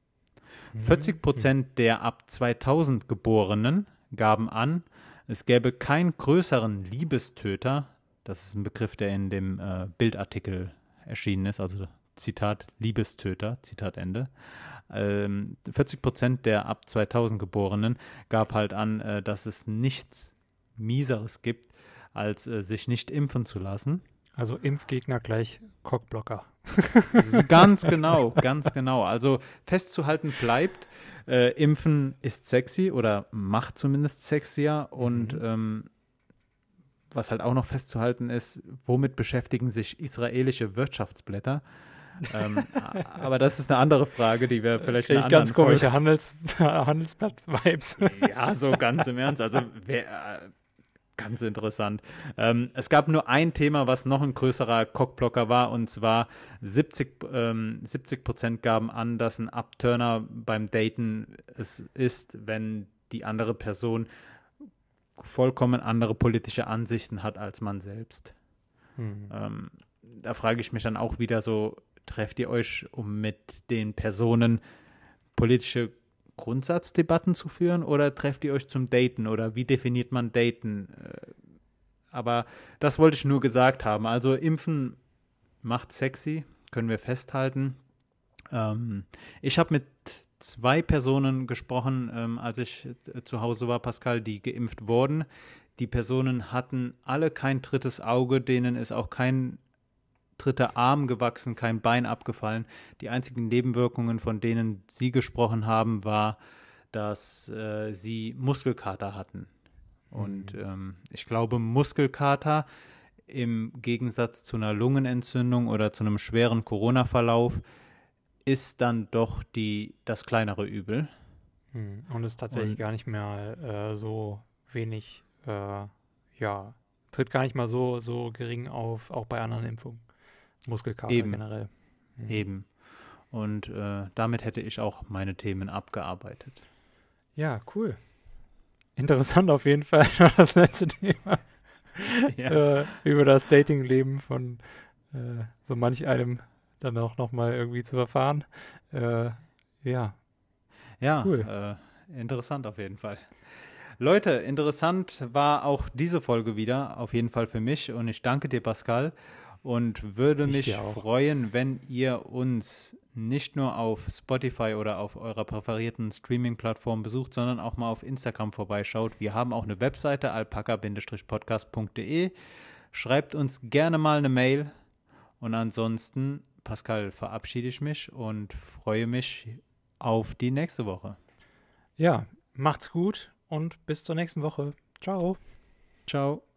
Speaker 1: 40% der ab 2000 Geborenen gaben an, es gäbe keinen größeren Liebestöter. Das ist ein Begriff, der in dem Bildartikel erschienen ist, also Zitat Liebestöter, Zitat Ende. 40% der ab 2000 Geborenen gab halt an, dass es nichts Mieseres gibt, als sich nicht impfen zu lassen.
Speaker 2: Also Impfgegner gleich Cockblocker.
Speaker 1: Ganz genau, ganz genau. Also festzuhalten bleibt, Impfen ist sexy oder macht zumindest sexier und was halt auch noch festzuhalten ist, womit beschäftigen sich israelische Wirtschaftsblätter? Aber das ist eine andere Frage, die wir vielleicht in einer anderen
Speaker 2: ganz komische Handelsblatt-Vibes.
Speaker 1: Ja, so ganz im Ernst. Also ganz interessant. Es gab nur ein Thema, was noch ein größerer Cockblocker war, und zwar 70% gaben an, dass ein Upturner beim Daten es ist, wenn die andere Person vollkommen andere politische Ansichten hat als man selbst. Da frage ich mich dann auch wieder so, trefft ihr euch, um mit den Personen politische Grundsatzdebatten zu führen, oder trefft ihr euch zum Daten, oder wie definiert man Daten? Aber das wollte ich nur gesagt haben. Also Impfen macht sexy, können wir festhalten. Ich habe mit 2 Personen gesprochen, als ich zu Hause war, Pascal, die geimpft wurden. Die Personen hatten alle kein drittes Auge, denen ist auch kein dritter Arm gewachsen, kein Bein abgefallen. Die einzigen Nebenwirkungen, von denen sie gesprochen haben, war, dass sie Muskelkater hatten. Und ich glaube, Muskelkater im Gegensatz zu einer Lungenentzündung oder zu einem schweren Corona-Verlauf ist dann doch das kleinere Übel.
Speaker 2: Und ist tatsächlich gar nicht mehr so wenig, tritt gar nicht mal so gering auf, auch bei anderen Impfungen. Muskelkater generell.
Speaker 1: Eben. Und damit hätte ich auch meine Themen abgearbeitet.
Speaker 2: Ja, cool. Interessant auf jeden Fall das letzte Thema. Ja. Über das Datingleben von so manch einem dann auch nochmal irgendwie zu erfahren.
Speaker 1: Ja,
Speaker 2: cool.
Speaker 1: Interessant auf jeden Fall. Leute, interessant war auch diese Folge wieder, auf jeden Fall für mich. Und ich danke dir, Pascal. Und würde mich freuen, wenn ihr uns nicht nur auf Spotify oder auf eurer präferierten Streaming-Plattform besucht, sondern auch mal auf Instagram vorbeischaut. Wir haben auch eine Webseite, alpaka-podcast.de. Schreibt uns gerne mal eine Mail. Und ansonsten, Pascal, verabschiede ich mich und freue mich auf die nächste Woche.
Speaker 2: Ja, macht's gut und bis zur nächsten Woche. Ciao.
Speaker 1: Ciao.